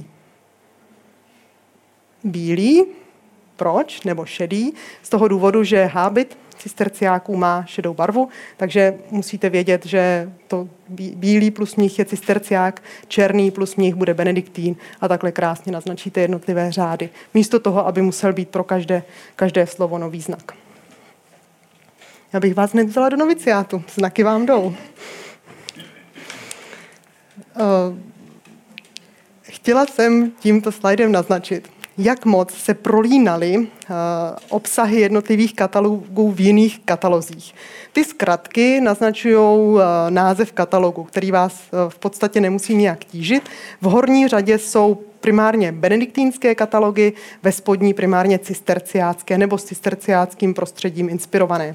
Bílý, proč? Nebo šedý? Z toho důvodu, že hábit cisterciáků má šedou barvu, takže musíte vědět, že to bílý plus mnich je cisterciák, černý plus mnich bude benediktín a takhle krásně naznačíte jednotlivé řády. Místo toho, aby musel být pro každé, každé slovo nový znak. Já bych vás nevzala do noviciátu. Znaky vám jdou. Chtěla jsem tímto slajdem naznačit, jak moc se prolínaly uh, obsahy jednotlivých katalogů v jiných katalozích. Ty zkratky naznačují uh, název katalogu, který vás uh, v podstatě nemusí nějak tížit. V horní řadě jsou primárně benediktínské katalogy, ve spodní primárně cisterciácké nebo s cisterciáckým prostředím inspirované.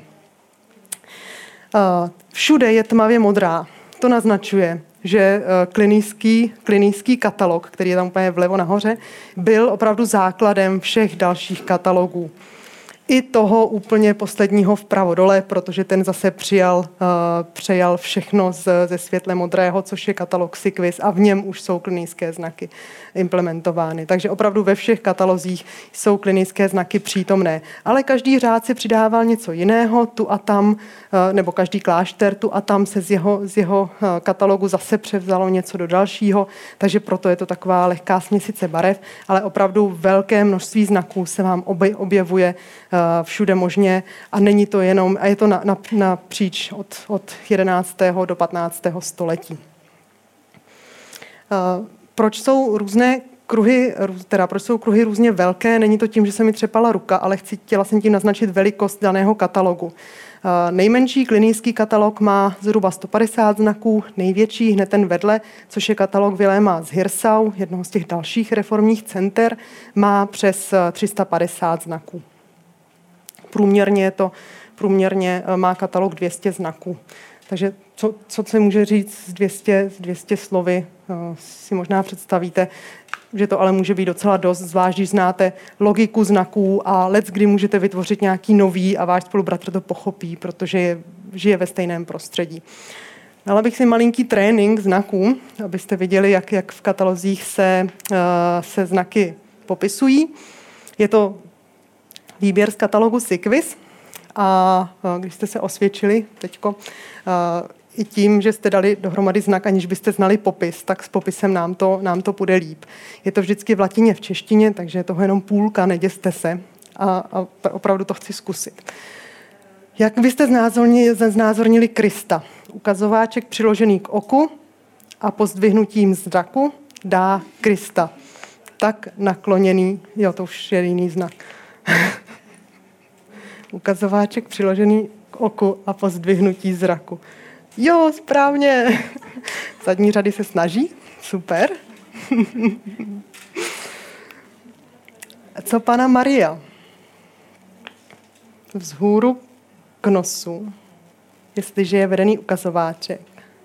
Uh, všude je tmavě modrá. To naznačuje, že Clunyský, Clunyský katalog, který je tam úplně vlevo nahoře, byl opravdu základem všech dalších katalogů. I toho úplně posledního vpravo dole, protože ten zase přijal, uh, přejal všechno z, ze světle modrého, což je katalog Siquis, a v něm už jsou clunyské znaky implementovány. Takže opravdu ve všech katalozích jsou clunyské znaky přítomné. Ale každý řád si přidával něco jiného, tu a tam, uh, nebo každý klášter, tu a tam se z jeho, z jeho uh, katalogu zase převzalo něco do dalšího, takže proto je to taková lehká směsice barev, ale opravdu velké množství znaků se vám objevuje všude možně a není to jenom, a je to na, na, napříč od, od jedenáctého do patnáctého století. Proč jsou různé kruhy, teda proč jsou kruhy různě velké? Není to tím, že se mi třepala ruka, ale chtěla jsem tím naznačit velikost daného katalogu. Nejmenší Clunyský katalog má zhruba sto padesát znaků, největší hned ten vedle, což je katalog Viléma z Hirsau, jednoho z těch dalších reformních center, má přes tři sta padesát znaků. Průměrně, to, průměrně má katalog dvě stě znaků. Takže co, co se může říct z dvě stě, z dvě stě slovy, si možná představíte, že to ale může být docela dost, zvlášť když znáte logiku znaků a leckdy můžete vytvořit nějaký nový a váš spolubratr to pochopí, protože je, žije ve stejném prostředí. Dala bych si malinký trénink znaků, abyste viděli, jak, jak v katalozích se, se znaky popisují. Je to výběr z katalogu Siquis a když jste se osvědčili teďko i tím, že jste dali dohromady znak, aniž byste znali popis, tak s popisem nám to, nám to půjde líp. Je to vždycky v latině, v češtině, takže je toho jenom půlka, neděste se a, a opravdu to chci zkusit. Jak byste znázornili, znázornili Krista? Ukazováček přiložený k oku a pozdvihnutím zraku dá Krista. Tak nakloněný, jo, to už je jiný znak. Ukazováček přiložený k oku a pozdvihnutí zraku. Jo, správně. Zadní řady se snaží. Super. Co Panna Maria? Vzhůru k nosu, jestliže je vedený ukazováček.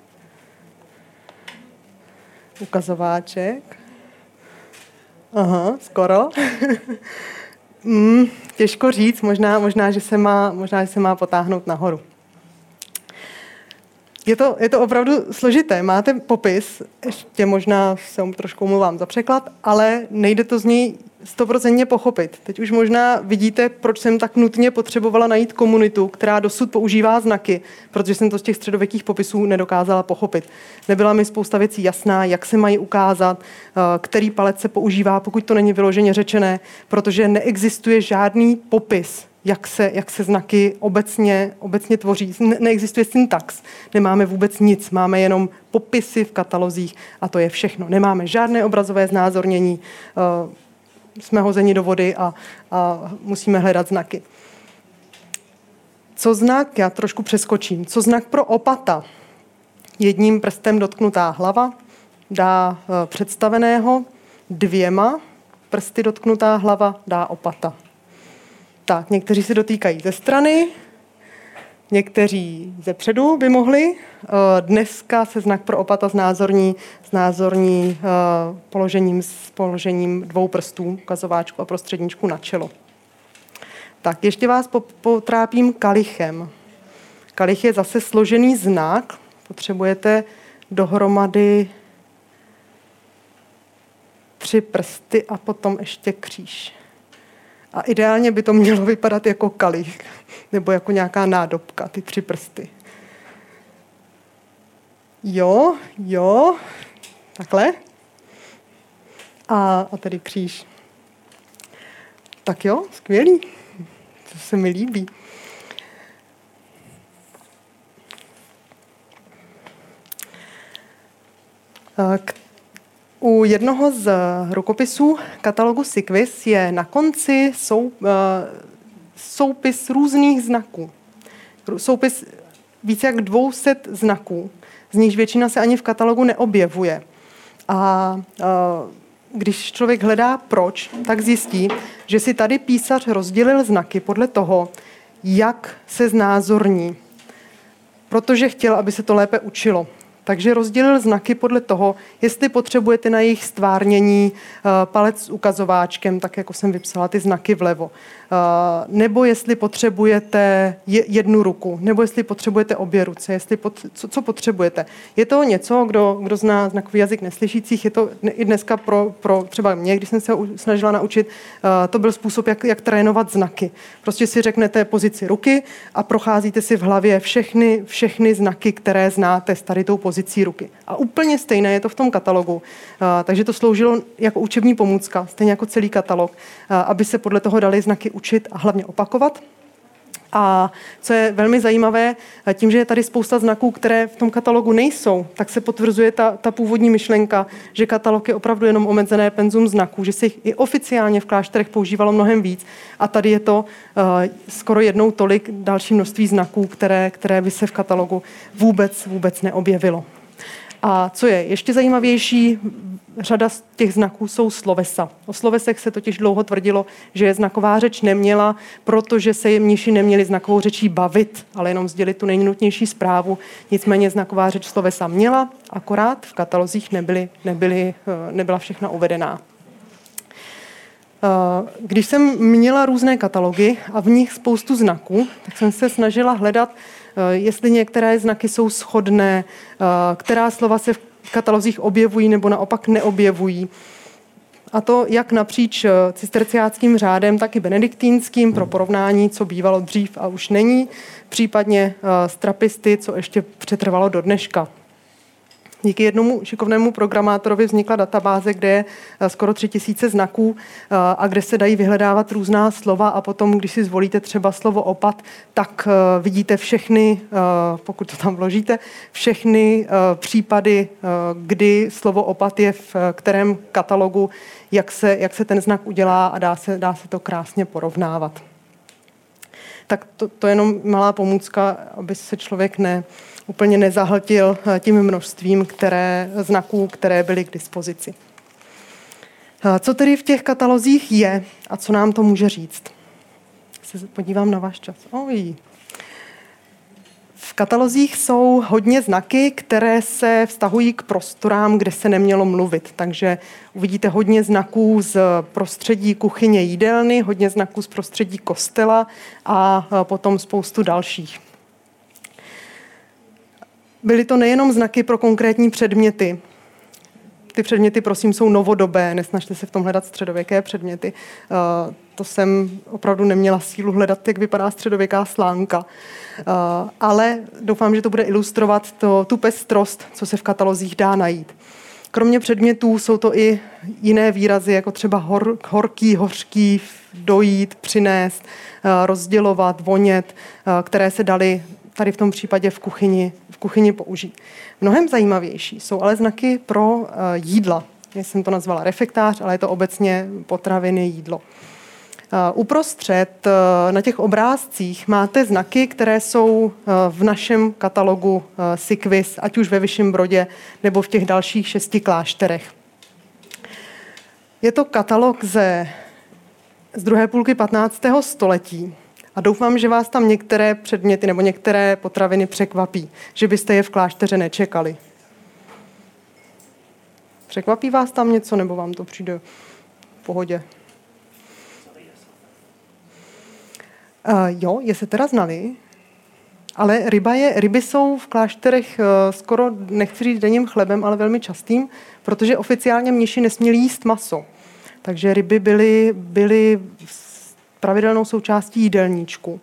Ukazováček. Aha, skoro. mm, těžko říct, možná, možná, že se má, možná, že se má potáhnout nahoru. Je to, je to opravdu složité. Máte popis, ještě možná se trošku omlouvám za překlad, ale nejde to z něj stoprocentně pochopit. Teď už možná vidíte, proč jsem tak nutně potřebovala najít komunitu, která dosud používá znaky, protože jsem to z těch středověkých popisů nedokázala pochopit. Nebyla mi spousta věcí jasná, jak se mají ukázat, který palec se používá, pokud to není vyloženě řečené, protože neexistuje žádný popis, jak se, jak se znaky obecně, obecně tvoří. Ne, neexistuje syntax, nemáme vůbec nic, máme jenom popisy v katalozích a to je všechno. Nemáme žádné obrazové znázornění, uh, jsme hozeni do vody a, a musíme hledat znaky. Co znak, já trošku přeskočím, co znak pro opata? jedním prstem dotknutá hlava dá představeného, dvěma prsty dotknutá hlava dá opata. Tak, někteří se dotýkají ze strany, někteří ze předu by mohli. Dneska se znak pro opata znázorní, znázorní položením, s položením dvou prstů, ukazováčku a prostředníčku na čelo. Tak, ještě vás potrápím kalichem. Kalich je zase složený znak. Potřebujete dohromady tři prsty a potom ještě kříž. A ideálně by to mělo vypadat jako kalich, nebo jako nějaká nádobka, ty tři prsty. Jo, jo, takhle. A, a tady kříž. Tak jo, skvělý. To se mi líbí. K U jednoho z rukopisů katalogu SIGWIS je na konci sou, uh, soupis různých znaků. Soupis více jak dvě stě znaků, z nichž většina se ani v katalogu neobjevuje. A uh, když člověk hledá proč, tak zjistí, že si tady písař rozdělil znaky podle toho, jak se znázorní, protože chtěl, aby se to lépe učilo. Takže rozdělil znaky podle toho, jestli potřebujete na jejich stvárnění uh, palec s ukazováčkem, tak jako jsem vypsala ty znaky vlevo. Uh, nebo jestli potřebujete jednu ruku, nebo jestli potřebujete obě ruce, jestli pot, co, co potřebujete. Je to něco, kdo, kdo zná znakový jazyk neslyšících, je to i dneska pro, pro třeba mě, když jsem se snažila naučit, uh, to byl způsob, jak, jak trénovat znaky. Prostě si řeknete pozici ruky a procházíte si v hlavě všechny, všechny znaky, které znáte s tady tou pozicí ruky. A úplně stejné je to v tom katalogu. Uh, takže to sloužilo jako učební pomůcka, stejně jako celý katalog, uh, aby se podle toho dali znaky učit a hlavně opakovat. A co je velmi zajímavé, tím, že je tady spousta znaků, které v tom katalogu nejsou, tak se potvrzuje ta, ta původní myšlenka, že katalog je opravdu jenom omezené penzum znaků, že se jich i oficiálně v klášterech používalo mnohem víc. A tady je to uh, skoro jednou tolik další množství znaků, které, které by se v katalogu vůbec, vůbec neobjevilo. A co je ještě zajímavější, řada z těch znaků jsou slovesa. O slovesech se totiž dlouho tvrdilo, že je znaková řeč neměla, protože se mniši neměli znakovou řečí bavit, ale jenom sdělit tu nejnutnější zprávu. Nicméně znaková řeč slovesa měla, akorát v katalozích nebyly, nebyly, nebyla všechna uvedená. Když jsem měla různé katalogy a v nich spoustu znaků, tak jsem se snažila hledat, jestli některé znaky jsou shodné, která slova se v katalozích objevují nebo naopak neobjevují. A to jak napříč cisterciáckým řádem, tak i benediktínským pro porovnání, co bývalo dřív a už není, případně s trapisty, co ještě přetrvalo do dneška. Díky jednomu šikovnému programátorovi vznikla databáze, kde je skoro tři tisíce znaků a kde se dají vyhledávat různá slova a potom, když si zvolíte třeba slovo opat, tak vidíte všechny, pokud to tam vložíte, všechny případy, kdy slovo opat je v kterém katalogu, jak se, jak se ten znak udělá a dá se, dá se to krásně porovnávat. Tak to, to je jenom malá pomůcka, aby se člověk ne úplně nezahltil tím množstvím které, znaků, které byly k dispozici. Co tedy v těch katalozích je a co nám to může říct? Se podívám na váš čas. Oj. V katalozích jsou hodně znaky, které se vztahují k prostorám, kde se nemělo mluvit. Takže uvidíte hodně znaků z prostředí kuchyně jídelny, hodně znaků z prostředí kostela a potom spoustu dalších. Byly to nejenom znaky pro konkrétní předměty. Ty předměty, prosím, jsou novodobé, nesnažte se v tom hledat středověké předměty. Uh, to jsem opravdu neměla sílu hledat, jak vypadá středověká slánka. Uh, ale doufám, že to bude ilustrovat to, tu pestrost, co se v katalozích dá najít. Kromě předmětů jsou to i jiné výrazy, jako třeba hor, horký, hořký, dojít, přinést, uh, rozdělovat, vonět, uh, které se daly tady v tom případě v kuchyni, v kuchyni použít. Mnohem zajímavější jsou ale znaky pro uh, jídla. Já jsem to nazvala refektář, ale je to obecně potraviny, jídlo. Uprostřed na těch obrázcích máte znaky, které jsou v našem katalogu SIQUIZ, ať už ve Vyšším Brodě nebo v těch dalších šesti klášterech. Je to katalog ze, z druhé půlky patnáctého století a doufám, že vás tam některé předměty nebo některé potraviny překvapí, že byste je v klášteře nečekali. Překvapí vás tam něco, nebo vám to přijde v pohodě? Uh, jo, je se teda znali, ale ryba je, ryby jsou v klášterech uh, skoro, nechci říct denním chlebem, ale velmi častým, protože oficiálně mniši nesměli jíst maso. Takže ryby byly, byly pravidelnou součástí jídelníčku.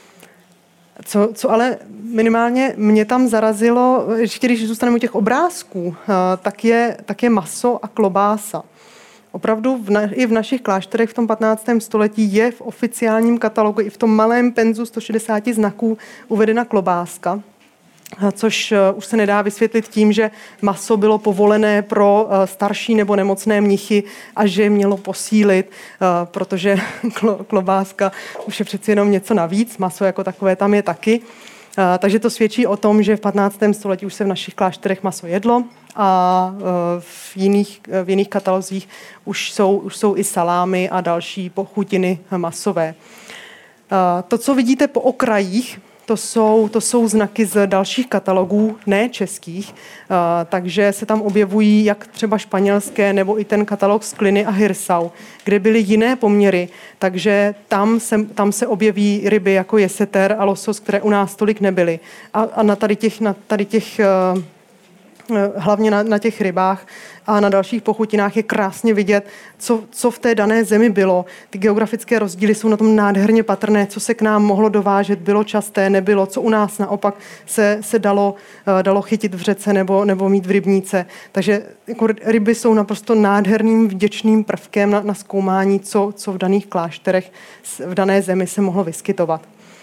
Co, co ale minimálně mě tam zarazilo, ještě když zůstaneme u těch obrázků, tak je, tak je maso a klobása. Opravdu v na, i v našich klášterech v tom patnáctém století je v oficiálním katalogu i v tom malém penzu sto šedesát znaků uvedena klobáska, což už se nedá vysvětlit tím, že maso bylo povolené pro starší nebo nemocné mnichy a že mělo posílit, protože klobáska už je přeci jenom něco navíc, maso jako takové tam je taky. Takže to svědčí o tom, že v patnáctém století už se v našich klášterech maso jedlo a v jiných, v jiných katalozích už jsou, už jsou i salámy a další pochutiny masové. To, co vidíte po okrajích, To jsou, to jsou znaky z dalších katalogů, ne českých, uh, takže se tam objevují jak třeba španělské nebo i ten katalog z Kliny a Hirsau, kde byly jiné poměry, takže tam se, tam se objeví ryby jako jeseter a losos, které u nás tolik nebyly. A, a na tady těch, na tady těch uh, hlavně na, na těch rybách a na dalších pochutinách je krásně vidět, co, co v té dané zemi bylo. Ty geografické rozdíly jsou na tom nádherně patrné, co se k nám mohlo dovážet, bylo časté, nebylo, co u nás naopak se, se dalo, dalo chytit v řece nebo, nebo mít v rybníce. Takže jako ryby jsou naprosto nádherným vděčným prvkem na, na zkoumání, co, co v daných klášterech v dané zemi se mohlo vyskytovat.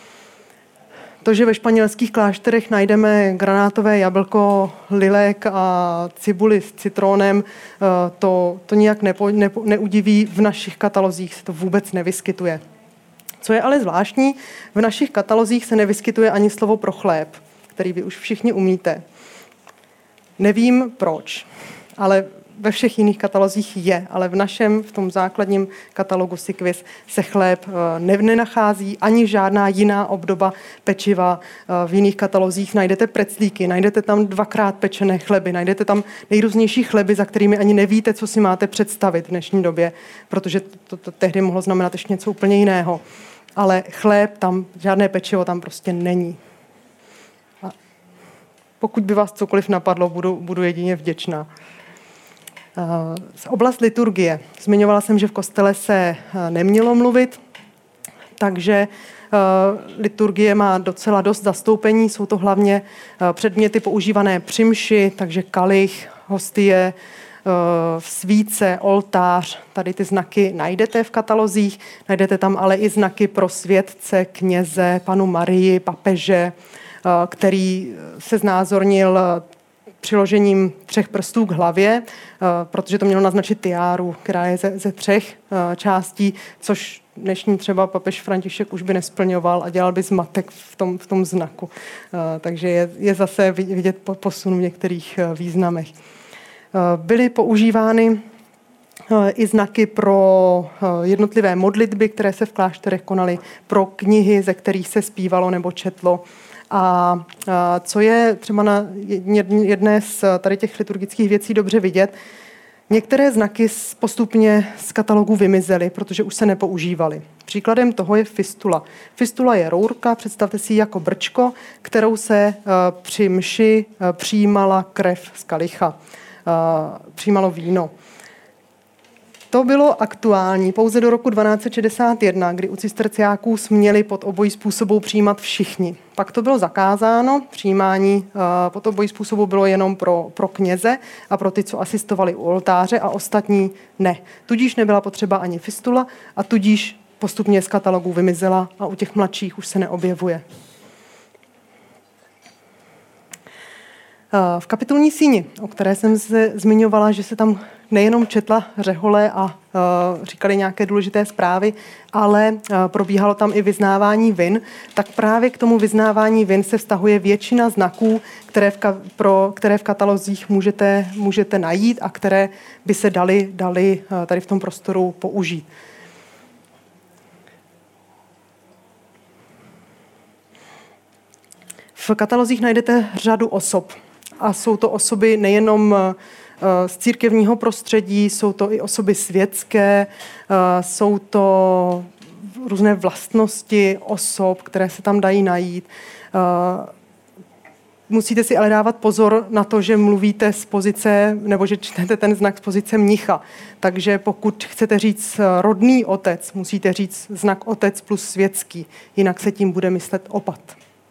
To, že ve španělských klášterech najdeme granátové jablko, lilek a cibuli s citrónem, to, to nijak nepo, nepo, neudiví, v našich katalozích se to vůbec nevyskytuje. Co je ale zvláštní, v našich katalozích se nevyskytuje ani slovo pro chléb, který vy už všichni umíte. Nevím proč, ale ve všech jiných katalozích je, ale v našem, v tom základním katalogu SIQUIZ se chléb ne, nenachází, ani žádná jiná obdoba pečiva. V jiných katalozích najdete preclíky, najdete tam dvakrát pečené chleby, najdete tam nejrůznější chleby, za kterými ani nevíte, co si máte představit v dnešní době, protože to, to, to tehdy mohlo znamenat ještě něco úplně jiného. Ale chléb tam, žádné pečivo tam prostě není. A pokud by vás cokoliv napadlo, budu, budu jedině vděčná. Z oblast liturgie. Zmiňovala jsem, že v kostele se nemělo mluvit, takže liturgie má docela dost zastoupení. Jsou to hlavně předměty používané při mši, takže kalich, hostie, svíce, oltář. Tady ty znaky najdete v katalozích. Najdete tam ale i znaky pro světce, kněze, panu Marii, papeže, který se znázornil přiložením třech prstů k hlavě, protože to mělo naznačit tiáru, která je ze, ze třech částí, což dnešní třeba papež František už by nesplňoval a dělal by zmatek v tom, v tom znaku. Takže je, je zase vidět posun v některých významech. Byly používány i znaky pro jednotlivé modlitby, které se v klášterech konaly, pro knihy, ze kterých se zpívalo nebo četlo. A co je třeba na jedné z tady těch liturgických věcí dobře vidět, některé znaky postupně z katalogu vymizely, protože už se nepoužívaly. Příkladem toho je fistula. Fistula je rourka, představte si ji jako brčko, kterou se při mši přijímala krev z kalicha, přijímalo víno. To bylo aktuální pouze do roku dvanáct set šedesát jedna, kdy u cisterciáků směli pod obojí způsobů přijímat všichni. Pak to bylo zakázáno, přijímání pod obojí způsobů bylo jenom pro, pro kněze a pro ty, co asistovali u oltáře a ostatní ne. Tudíž nebyla potřeba ani fistula a tudíž postupně z katalogů vymizela a u těch mladších už se neobjevuje. V kapitulní síni, o které jsem se zmiňovala, že se tam nejenom četla řehole a uh, říkali nějaké důležité zprávy, ale uh, probíhalo tam i vyznávání vin, tak právě k tomu vyznávání vin se vztahuje většina znaků, které v, ka- pro, které v katalozích můžete, můžete najít a které by se daly, daly uh, tady v tom prostoru použít. V katalozích najdete řadu osob a jsou to osoby nejenom z církevního prostředí, jsou to i osoby světské, jsou to různé vlastnosti osob, které se tam dají najít. Musíte si ale dávat pozor na to, že mluvíte z pozice, nebo že čtete ten znak z pozice mnicha. Takže pokud chcete říct rodný otec, musíte říct znak otec plus světský, jinak se tím bude myslet opat.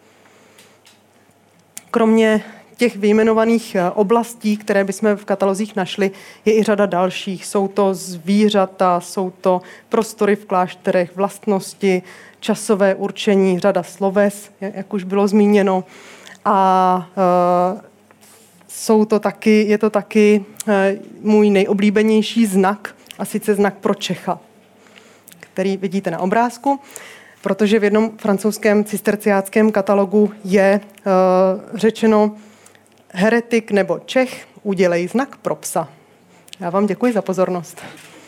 Kromě těch vyjmenovaných oblastí, které bychom v katalozích našli, je i řada dalších. Jsou to zvířata, jsou to prostory v klášterech, vlastnosti, časové určení, řada sloves, jak už bylo zmíněno. A uh, jsou to taky, je to taky uh, můj nejoblíbenější znak, a sice znak pro Čecha, který vidíte na obrázku. Protože v jednom francouzském cisterciáckém katalogu je uh, řečeno heretik nebo Čech, udělej znak pro psa. Já vám děkuji za pozornost.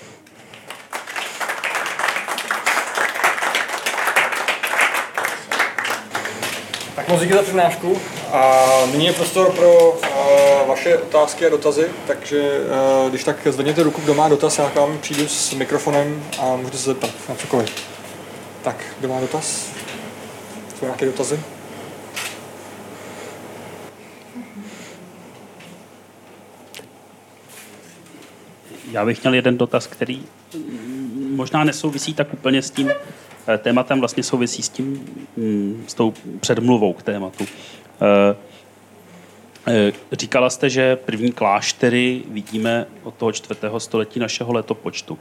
Tak moc díky za přednášku. A nyní je prostor pro uh, vaše otázky a dotazy, takže uh, když tak zvedněte ruku, kdo má dotaz, já k vám přijdu s mikrofonem a můžete se zeptat na cokoliv. Tak, kdo má dotaz? Jsou nějaké dotazy? Já bych měl jeden dotaz, který možná nesouvisí tak úplně s tím tématem, vlastně souvisí s tím, s tou předmluvou k tématu. Říkala jste, že první kláštery vidíme od toho čtvrtého století našeho letopočtu.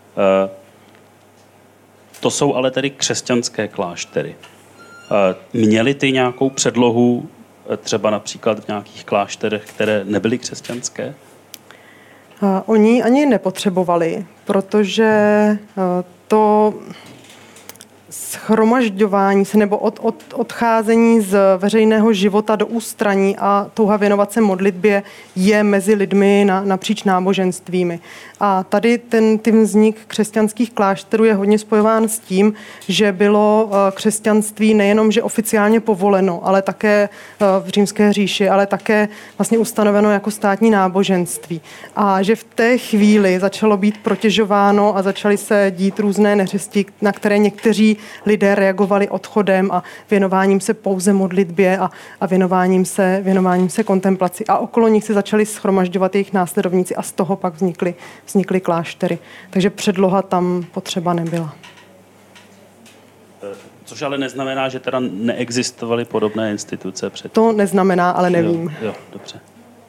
To jsou ale tedy křesťanské kláštery. Měly ty nějakou předlohu třeba například v nějakých klášterech, které nebyly křesťanské? Oni ani nepotřebovali, protože to shromažďování se nebo od, od, odcházení z veřejného života do ústraní a touha věnovat se modlitbě je mezi lidmi na, napříč náboženstvími. A tady ten, ten vznik křesťanských klášterů je hodně spojován s tím, že bylo křesťanství nejenom, že oficiálně povoleno, ale také v Římské říši, ale také vlastně ustanoveno jako státní náboženství. A že v té chvíli začalo být protěžováno a začaly se dít různé neřesti, na které někteří lidé reagovali odchodem a věnováním se pouze modlitbě a, a věnováním, se, věnováním se kontemplaci. A okolo nich se začali shromažďovat jejich následovníci a z toho pak vznikly, vznikly kláštery. Takže předloha tam potřeba nebyla. Což ale neznamená, že teda neexistovaly podobné instituce před... To neznamená, ale nevím. Jo, jo dobře.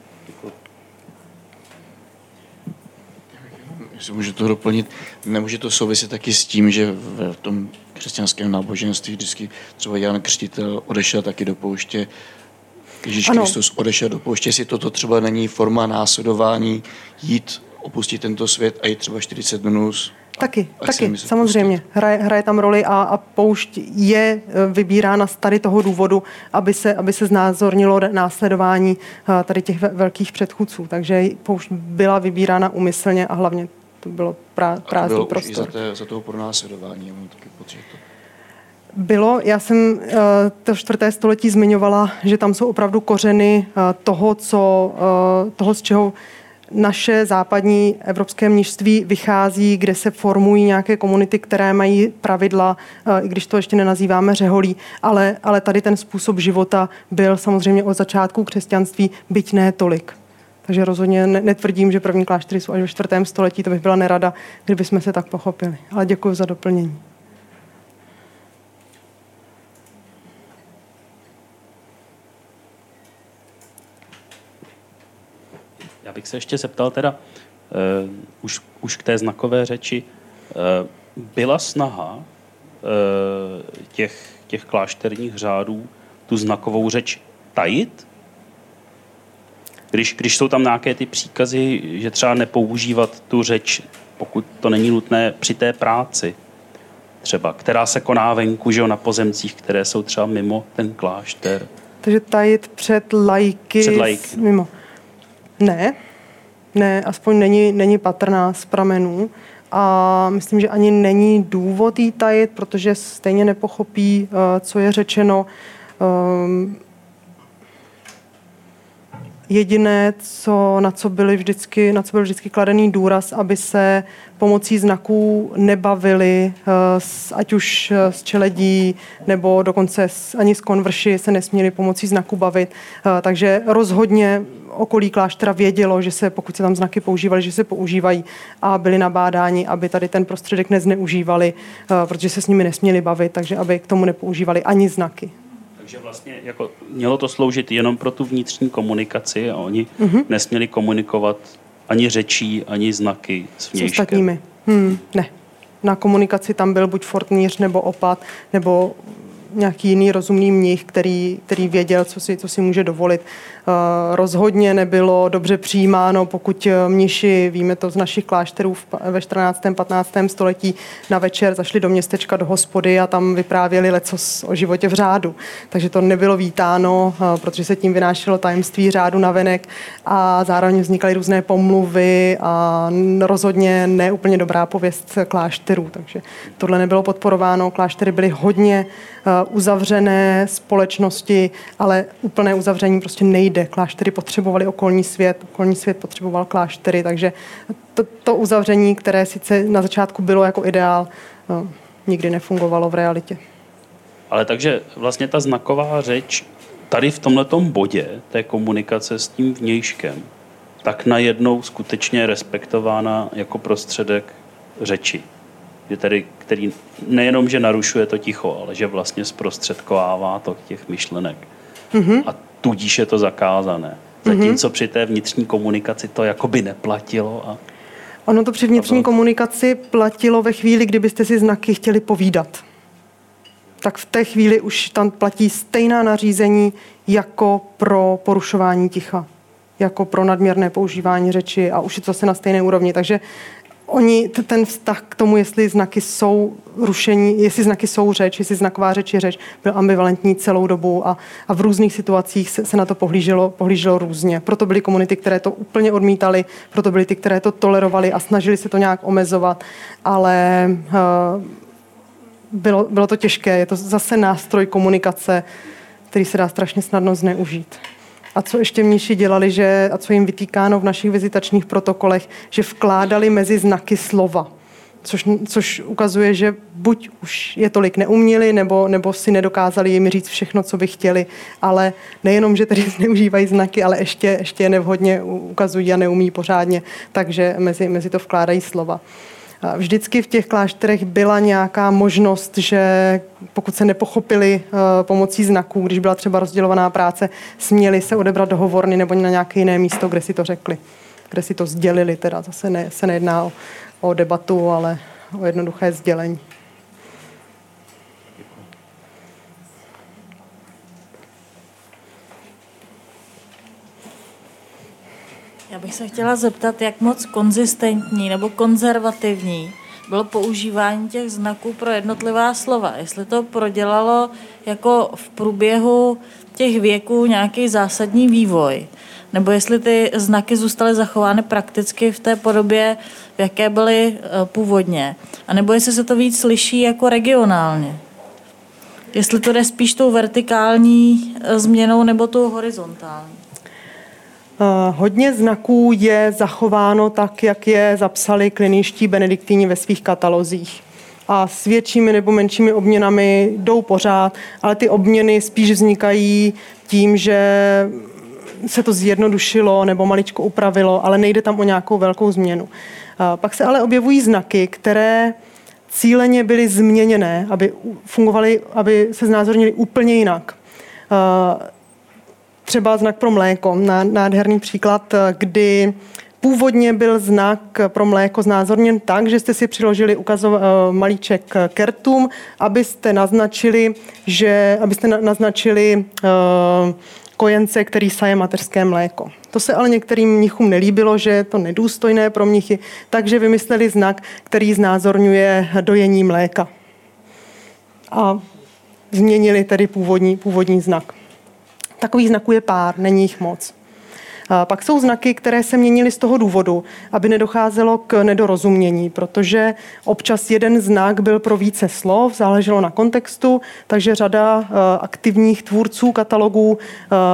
Jestli můžu to doplnit, nemůže to souviset taky s tím, že v tom křesťanském náboženství vždycky třeba Jan Křtitel odešel taky do pouště, Ježíš ano. Kristus odešel do pouště, jestli toto třeba není forma následování, jít, opustit tento svět a jít třeba čtyřicet dnů. Taky, taky, samozřejmě. Hraje, hraje tam roli a, a poušť je vybírána z tady toho důvodu, aby se, aby se znázornilo následování tady těch velkých předchůdců. Takže poušť byla vybírána úmyslně a hlavně to bylo prá, prázdný prostor. Bylo už i za, té, za toho pronásledování, já mám taky pocit. Bylo, já jsem to čtvrté století zmiňovala, že tam jsou opravdu kořeny toho, co, toho z čeho naše západní evropské mnišství vychází, kde se formují nějaké komunity, které mají pravidla, i když to ještě nenazýváme řeholí, ale, ale tady ten způsob života byl samozřejmě od začátku křesťanství, byť ne tolik. Takže rozhodně netvrdím, že první kláštery jsou až ve čtvrtém století, to bych byla nerada, kdyby jsme se tak pochopili. Ale děkuji za doplnění. Já bych se ještě zeptal teda, uh, už, už k té znakové řeči, uh, byla snaha uh, těch, těch klášterních řádů tu znakovou řeč tajit? Když, když jsou tam nějaké ty příkazy, že třeba nepoužívat tu řeč, pokud to není nutné při té práci, třeba, která se koná venku, že jo, na pozemcích, které jsou třeba mimo ten klášter. Takže tajit před laiky. Před laiky. Mimo. Ne, ne, aspoň není, není patrná z pramenů. A myslím, že ani není důvod jí tajit, protože stejně nepochopí, co je řečeno. Jediné, co, na, co byly vždycky, na co byl vždycky kladený důraz, aby se pomocí znaků nebavili, ať už s čeledí, nebo dokonce ani s konvrši se nesměli pomocí znaků bavit. Takže rozhodně okolí kláštera vědělo, že se, pokud se tam znaky používaly, že se používají a byli nabádáni, aby tady ten prostředek nezneužívali, protože se s nimi nesměli bavit, takže aby k tomu nepoužívali ani znaky. Takže vlastně jako mělo to sloužit jenom pro tu vnitřní komunikaci a oni mm-hmm. nesměli komunikovat ani řečí, ani znaky s vnějškem. S ostatními. Hmm, ne. Na komunikaci tam byl buď fortnýř, nebo opat, nebo nějaký jiný rozumný mnich, který, který věděl, co si, co si může dovolit. Uh, rozhodně nebylo dobře přijímáno, pokud mniši, víme to z našich klášterů ve čtrnáctém patnáctém století, na večer zašli do městečka, do hospody a tam vyprávěli lecos o životě v řádu. Takže to nebylo vítáno, uh, protože se tím vynášelo tajemství řádu navenek a zároveň vznikaly různé pomluvy a rozhodně ne úplně dobrá pověst klášterů. Takže tohle nebylo podporováno. Kláštery byly hodně uzavřené společnosti, ale úplné uzavření prostě nejde. Kláštery potřebovaly okolní svět, okolní svět potřeboval kláštery, takže to, to uzavření, které sice na začátku bylo jako ideál, no, nikdy nefungovalo v realitě. Ale takže vlastně ta znaková řeč tady v tomhletom bodě té komunikace s tím vnějškem, tak najednou skutečně je respektována jako prostředek řeči. Že tedy, který nejenom, že narušuje to ticho, ale že vlastně zprostředkovává to těch myšlenek. Mm-hmm. A tudíž je to zakázané. Zatímco mm-hmm. při té vnitřní komunikaci to jakoby neplatilo. A... Ono to při vnitřní to... komunikaci platilo ve chvíli, kdybyste si znaky chtěli povídat. Tak v té chvíli už tam platí stejná nařízení jako pro porušování ticha. Jako pro nadměrné používání řeči a už je to zase na stejné úrovni. Takže oni, ten vztah k tomu, jestli znaky jsou rušení, jestli znaky jsou řeč, jestli znaková řeč je řeč, byl ambivalentní celou dobu a, a v různých situacích se, se na to pohlíželo, pohlíželo různě. Proto byly komunity, které to úplně odmítaly, proto byly ty, které to tolerovaly a snažili se to nějak omezovat, ale uh, bylo, bylo to těžké. Je to zase nástroj komunikace, který se dá strašně snadno zneužít. A co ještě mniši dělali, že, a co jim vytýkáno v našich vizitačních protokolech, že vkládali mezi znaky slova. Což, což ukazuje, že buď už je tolik neuměli, nebo, nebo si nedokázali jim říct všechno, co by chtěli, ale nejenom, že tedy zneužívají znaky, ale ještě, ještě je nevhodně ukazují a neumí pořádně, takže mezi, mezi to vkládají slova. Vždycky v těch klášterech byla nějaká možnost, že pokud se nepochopili uh, pomocí znaků, když byla třeba rozdělovaná práce, směli se odebrat do hovorny nebo na nějaké jiné místo, kde si to řekli, kde si to sdělili. Teda zase ne, se nejedná o, o debatu, ale o jednoduché sdělení. Já bych se chtěla zeptat, jak moc konzistentní nebo konzervativní bylo používání těch znaků pro jednotlivá slova. Jestli to prodělalo jako v průběhu těch věků nějaký zásadní vývoj, nebo jestli ty znaky zůstaly zachovány prakticky v té podobě, v jaké byly původně. A nebo jestli se to víc slyší jako regionálně. Jestli to jde spíš tou vertikální změnou nebo tou horizontální. Uh, hodně znaků je zachováno tak, jak je zapsali kliničtí benediktíni ve svých katalozích. A s většími nebo menšími obměnami jdou pořád, ale ty obměny spíš vznikají tím, že se to zjednodušilo nebo maličko upravilo, ale nejde tam o nějakou velkou změnu. Uh, pak se ale objevují znaky, které cíleně byly změněné, aby fungovaly, aby se znázornili úplně jinak. Uh, Třeba znak pro mléko, nádherný příklad, kdy původně byl znak pro mléko znázorněn tak, že jste si přiložili ukazov, malíček kertum, abyste naznačili, že, abyste naznačili kojence, který saje mateřské mléko. To se ale některým mnichům nelíbilo, že je to nedůstojné pro mnichy, takže vymysleli znak, který znázorňuje dojení mléka. A změnili tedy původní, původní znak. Takových znaků je pár, není jich moc. A pak jsou znaky, které se měnily z toho důvodu, aby nedocházelo k nedorozumění, protože občas jeden znak byl pro více slov, záleželo na kontextu, takže řada uh, aktivních tvůrců katalogů uh,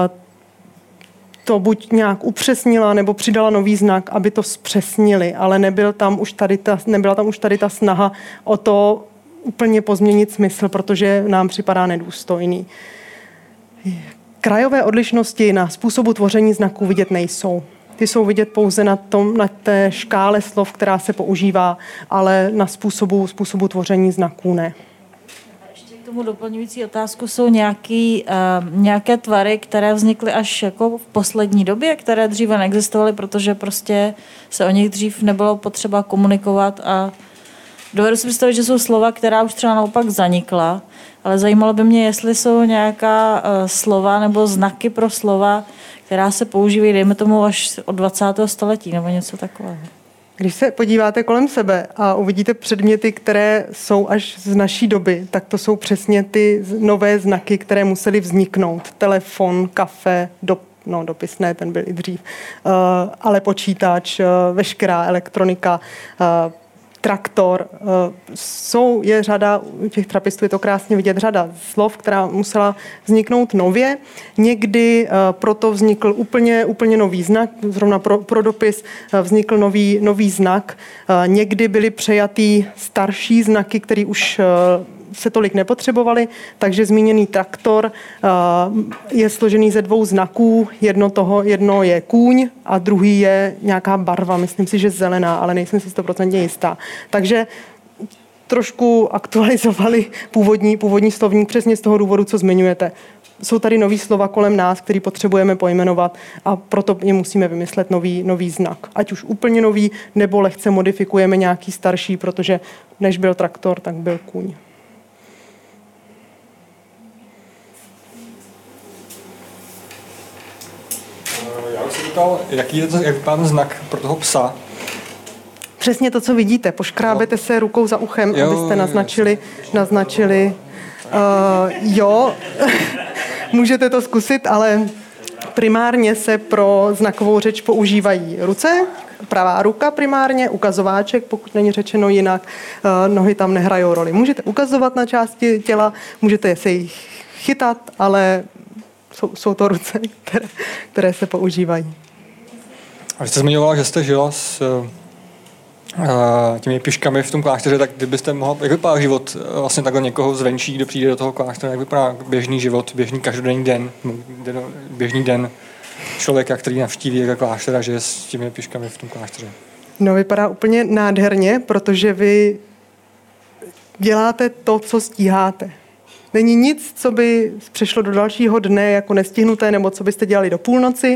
to buď nějak upřesnila nebo přidala nový znak, aby to zpřesnili, ale nebyl tam už tady ta, nebyla tam už tady ta snaha o to úplně pozměnit smysl, protože nám připadá nedůstojný. Krajové odlišnosti na způsobu tvoření znaků vidět nejsou. Ty jsou vidět pouze na, tom, na té škále slov, která se používá, ale na způsobu, způsobu tvoření znaků ne. Ještě k tomu doplňující otázku jsou nějaký, uh, nějaké tvary, které vznikly až jako v poslední době, které dříve neexistovaly, protože prostě se o nich dřív nebylo potřeba komunikovat a dovedu si představit, že jsou slova, která už třeba naopak zanikla, ale zajímalo by mě, jestli jsou nějaká uh, slova nebo znaky pro slova, která se používají, dejme tomu, až od dvacátého století nebo něco takového. Když se podíváte kolem sebe a uvidíte předměty, které jsou až z naší doby, tak to jsou přesně ty nové znaky, které musely vzniknout. Telefon, kafe, do, no dopisné, ten byl i dřív, uh, ale počítač, uh, veškerá elektronika, uh, traktor. Jsou, je řada, u těch trapistů je to krásně vidět, řada slov, která musela vzniknout nově. Někdy proto vznikl úplně, úplně nový znak, zrovna pro, pro dopis vznikl nový, nový znak. Někdy byly přejatý starší znaky, které už se tolik nepotřebovaly, takže zmíněný traktor je složený ze dvou znaků. Jedno, toho, jedno je kůň a druhý je nějaká barva, myslím si, že zelená, ale nejsem si stoprocentně jistá. Takže trošku aktualizovali původní, původní slovník přesně z toho důvodu, co zmiňujete. Jsou tady nový slova kolem nás, který potřebujeme pojmenovat a proto je musíme vymyslet nový, nový znak. Ať už úplně nový, nebo lehce modifikujeme nějaký starší, protože než byl traktor, tak byl kůň. Já bych se ptal, jaký je to, jak vypadá ten znak pro toho psa? Přesně to, co vidíte. Poškrábete se rukou za uchem, jo, abyste naznačili, naznačili. Uh, jo, můžete to zkusit, ale primárně se pro znakovou řeč používají ruce, pravá ruka primárně, ukazováček, pokud není řečeno jinak, uh, nohy tam nehrajou roli. Můžete ukazovat na části těla, můžete se jich chytat, ale jsou, jsou to ruce, které, které se používají. A vy jste zmiňovala, že jste žila s uh, těmi piškami v tom klášteře, tak kdybyste mohla, jak vypadá život vlastně takhle někoho zvenčí, kdo přijde do toho kláštera, jak vypadá běžný život, běžný každodenní den, běžný den člověka, který navštíví kláštera, že je s těmi piškami v tom klášteře? No, vypadá úplně nádherně, protože vy děláte to, co stíháte. Není nic, co by přešlo do dalšího dne jako nestihnuté, nebo co byste dělali do půlnoci.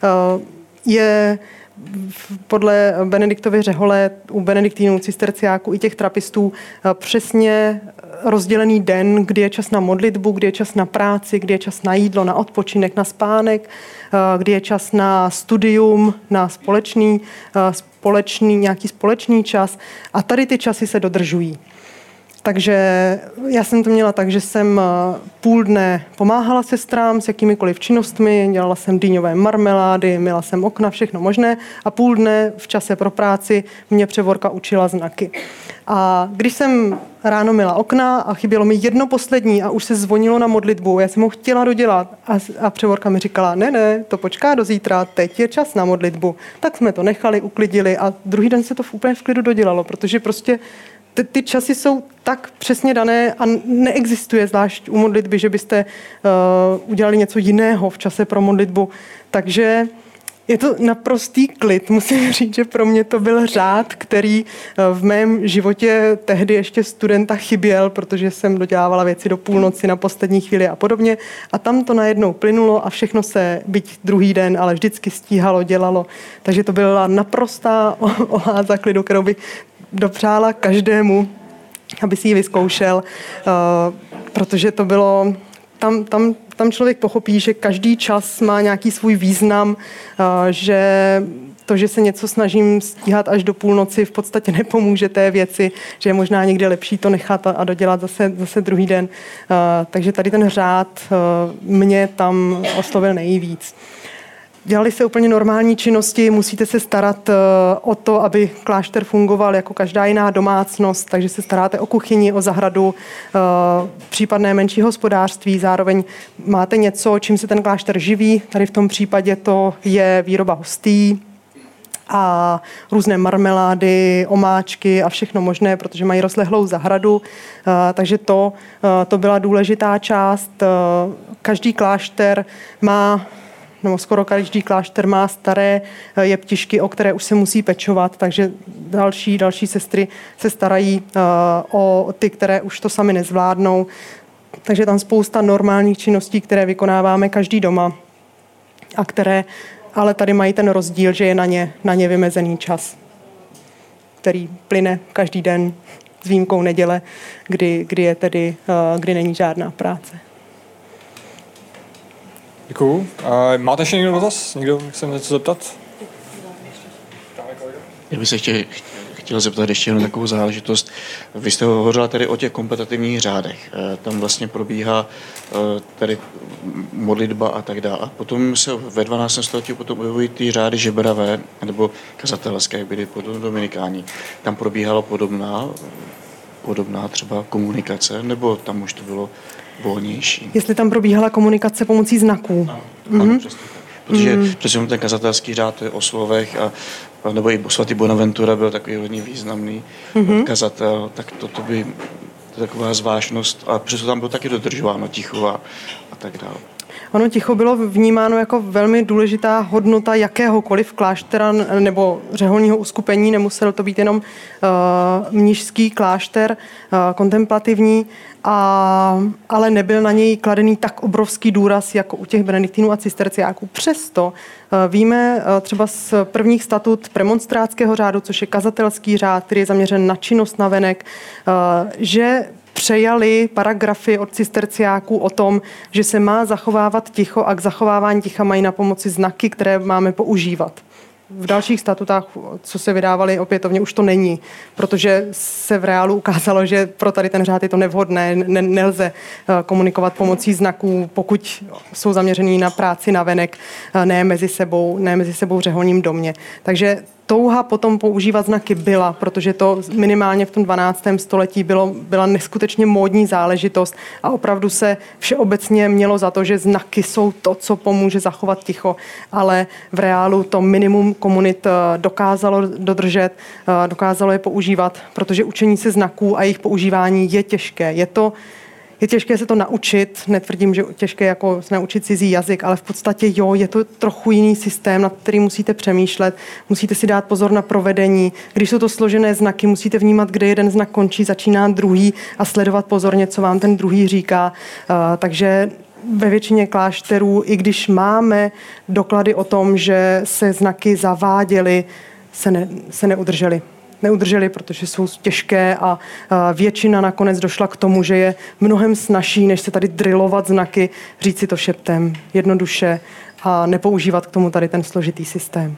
Je podle Benediktovy řehole u benediktínů, cisterciáků i těch trapistů přesně rozdělený den, kdy je čas na modlitbu, kdy je čas na práci, kdy je čas na jídlo, na odpočinek, na spánek, kdy je čas na studium, na společný, společný, nějaký společný čas. A tady ty časy se dodržují. Takže já jsem to měla tak, že jsem půl dne pomáhala sestrám s jakýmikoliv činnostmi, dělala jsem dýňové marmelády, myla jsem okna, všechno možné a půl dne v čase pro práci mě převorka učila znaky. A když jsem ráno myla okna a chybělo mi jedno poslední a už se zvonilo na modlitbu, já jsem ho chtěla dodělat a, a převorka mi říkala, ne, ne, to počká do zítra, teď je čas na modlitbu. Tak jsme to nechali, uklidili a druhý den se to v úplně v klidu dodělalo, protože prostě Ty, ty časy jsou tak přesně dané a neexistuje zvlášť u modlitby, že byste uh, udělali něco jiného v čase pro modlitbu. Takže je to naprostý klid. Musím říct, že pro mě to byl řád, který uh, v mém životě tehdy ještě studenta chyběl, protože jsem dodělávala věci do půlnoci na poslední chvíli a podobně. A tam to najednou plynulo a všechno se, byť druhý den, ale vždycky stíhalo, dělalo. Takže to byla naprostá oáza klidu, kterou bych dopřála každému, aby si ji vyzkoušel, uh, protože to bylo tam, tam, tam člověk pochopí, že každý čas má nějaký svůj význam, že to, že se něco snažím stíhat až do půlnoci, v podstatě nepomůže té věci, že je možná někde lepší to nechat a dodělat zase, zase druhý den. Takže tady ten řád mě tam oslovil nejvíc. Dělali se úplně normální činnosti, musíte se starat o to, aby klášter fungoval jako každá jiná domácnost, takže se staráte o kuchyni, o zahradu, případné menší hospodářství, zároveň máte něco, čím se ten klášter živí, tady v tom případě to je výroba hostí a různé marmelády, omáčky a všechno možné, protože mají rozlehlou zahradu, takže to, to byla důležitá část. Každý klášter má nebo skoro každý klášter má staré jeptišky, o které už se musí pečovat, takže další, další sestry se starají o ty, které už to sami nezvládnou. Takže tam spousta normálních činností, které vykonáváme každý doma a které ale tady mají ten rozdíl, že je na ně, na ně vymezený čas, který plyne každý den s výjimkou neděle, kdy, kdy, je tedy, kdy není žádná práce. Děkuju. Máte ještě někdo dotaz? Někdo chce něco zeptat? Já bych se chtěl, chtěl zeptat ještě jenom takovou záležitost. Vy jste hovořila tady o těch kompetitivních řádech. Tam vlastně probíhá tady modlitba a tak dále. A potom se ve dvanáctém století potom objevují ty řády žebravé nebo kazatelské, jak byly potom dominikáni. Tam probíhala podobná, podobná třeba komunikace, nebo tam už to bylo volnější? Jestli tam probíhala komunikace pomocí znaků. Ano, mm-hmm. ano přesně. Protože mm. přesně ten kazatelský řád, to je o slovech, a, a nebo i svatý Bonaventura byl takový hodně významný mm-hmm. kazatel, tak to, to by to taková zvláštnost a přesto tam bylo taky dodržováno ticho a, a tak dále. Ono ticho bylo vnímáno jako velmi důležitá hodnota jakéhokoliv kláštera nebo řeholního uskupení. Nemusel to být jenom uh, mnišský klášter, uh, kontemplativní, a, ale nebyl na něj kladený tak obrovský důraz jako u těch benediktínů a cisterciáků. Přesto uh, víme uh, třeba z prvních statut premonstrátského řádu, což je kazatelský řád, který je zaměřen na činnost navenek, uh, že přejali paragrafy od cisterciáků o tom, že se má zachovávat ticho a k zachovávání ticha mají na pomoci znaky, které máme používat. V dalších statutách, co se vydávaly opětovně, už to není, protože se v reálu ukázalo, že pro tady ten řád je to nevhodné, ne, nelze komunikovat pomocí znaků, pokud jsou zaměřený na práci navenek, ne mezi sebou, ne mezi sebou v řeholním domě. Takže touha potom používat znaky byla, protože to minimálně v tom dvanáctém století bylo, byla neskutečně módní záležitost a opravdu se všeobecně mělo za to, že znaky jsou to, co pomůže zachovat ticho, ale v reálu to minimum komunit dokázalo dodržet, dokázalo je používat, protože učení se znaků a jejich používání je těžké. Je to Je těžké se to naučit, netvrdím, že těžké jako se naučit cizí jazyk, ale v podstatě jo, je to trochu jiný systém, nad který musíte přemýšlet, musíte si dát pozor na provedení. Když jsou to složené znaky, musíte vnímat, kde jeden znak končí, začíná druhý a sledovat pozorně, co vám ten druhý říká. Uh, takže ve většině klášterů, i když máme doklady o tom, že se znaky zaváděly, se, ne, se neudržely. neudrželi, protože jsou těžké a většina nakonec došla k tomu, že je mnohem snazší, než se tady drillovat znaky, říct si to šeptem, jednoduše a nepoužívat k tomu tady ten složitý systém.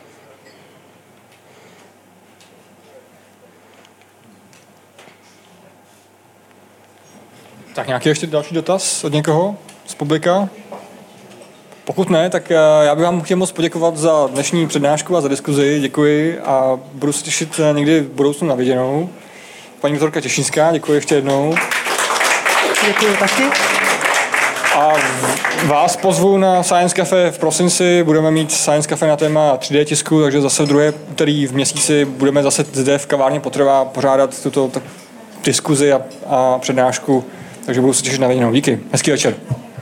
Tak nějaký ještě další dotaz od někoho z publika? Pokud ne, tak já bych vám chtěl moc poděkovat za dnešní přednášku a za diskuzi. Děkuji a budu se těšit někdy v budoucnu na viděnou. Paní doktorka Těšínská, děkuji ještě jednou. Děkuji taky. A vás pozvu na Science Cafe v prosinci. Budeme mít Science Cafe na téma tři dé tisku, takže zase v druhé úterý v měsíci budeme zase zde v kavárně Potrvá pořádat tuto diskuzi a, a přednášku. Takže budu se těšit na viděnou. Díky. Hezký večer.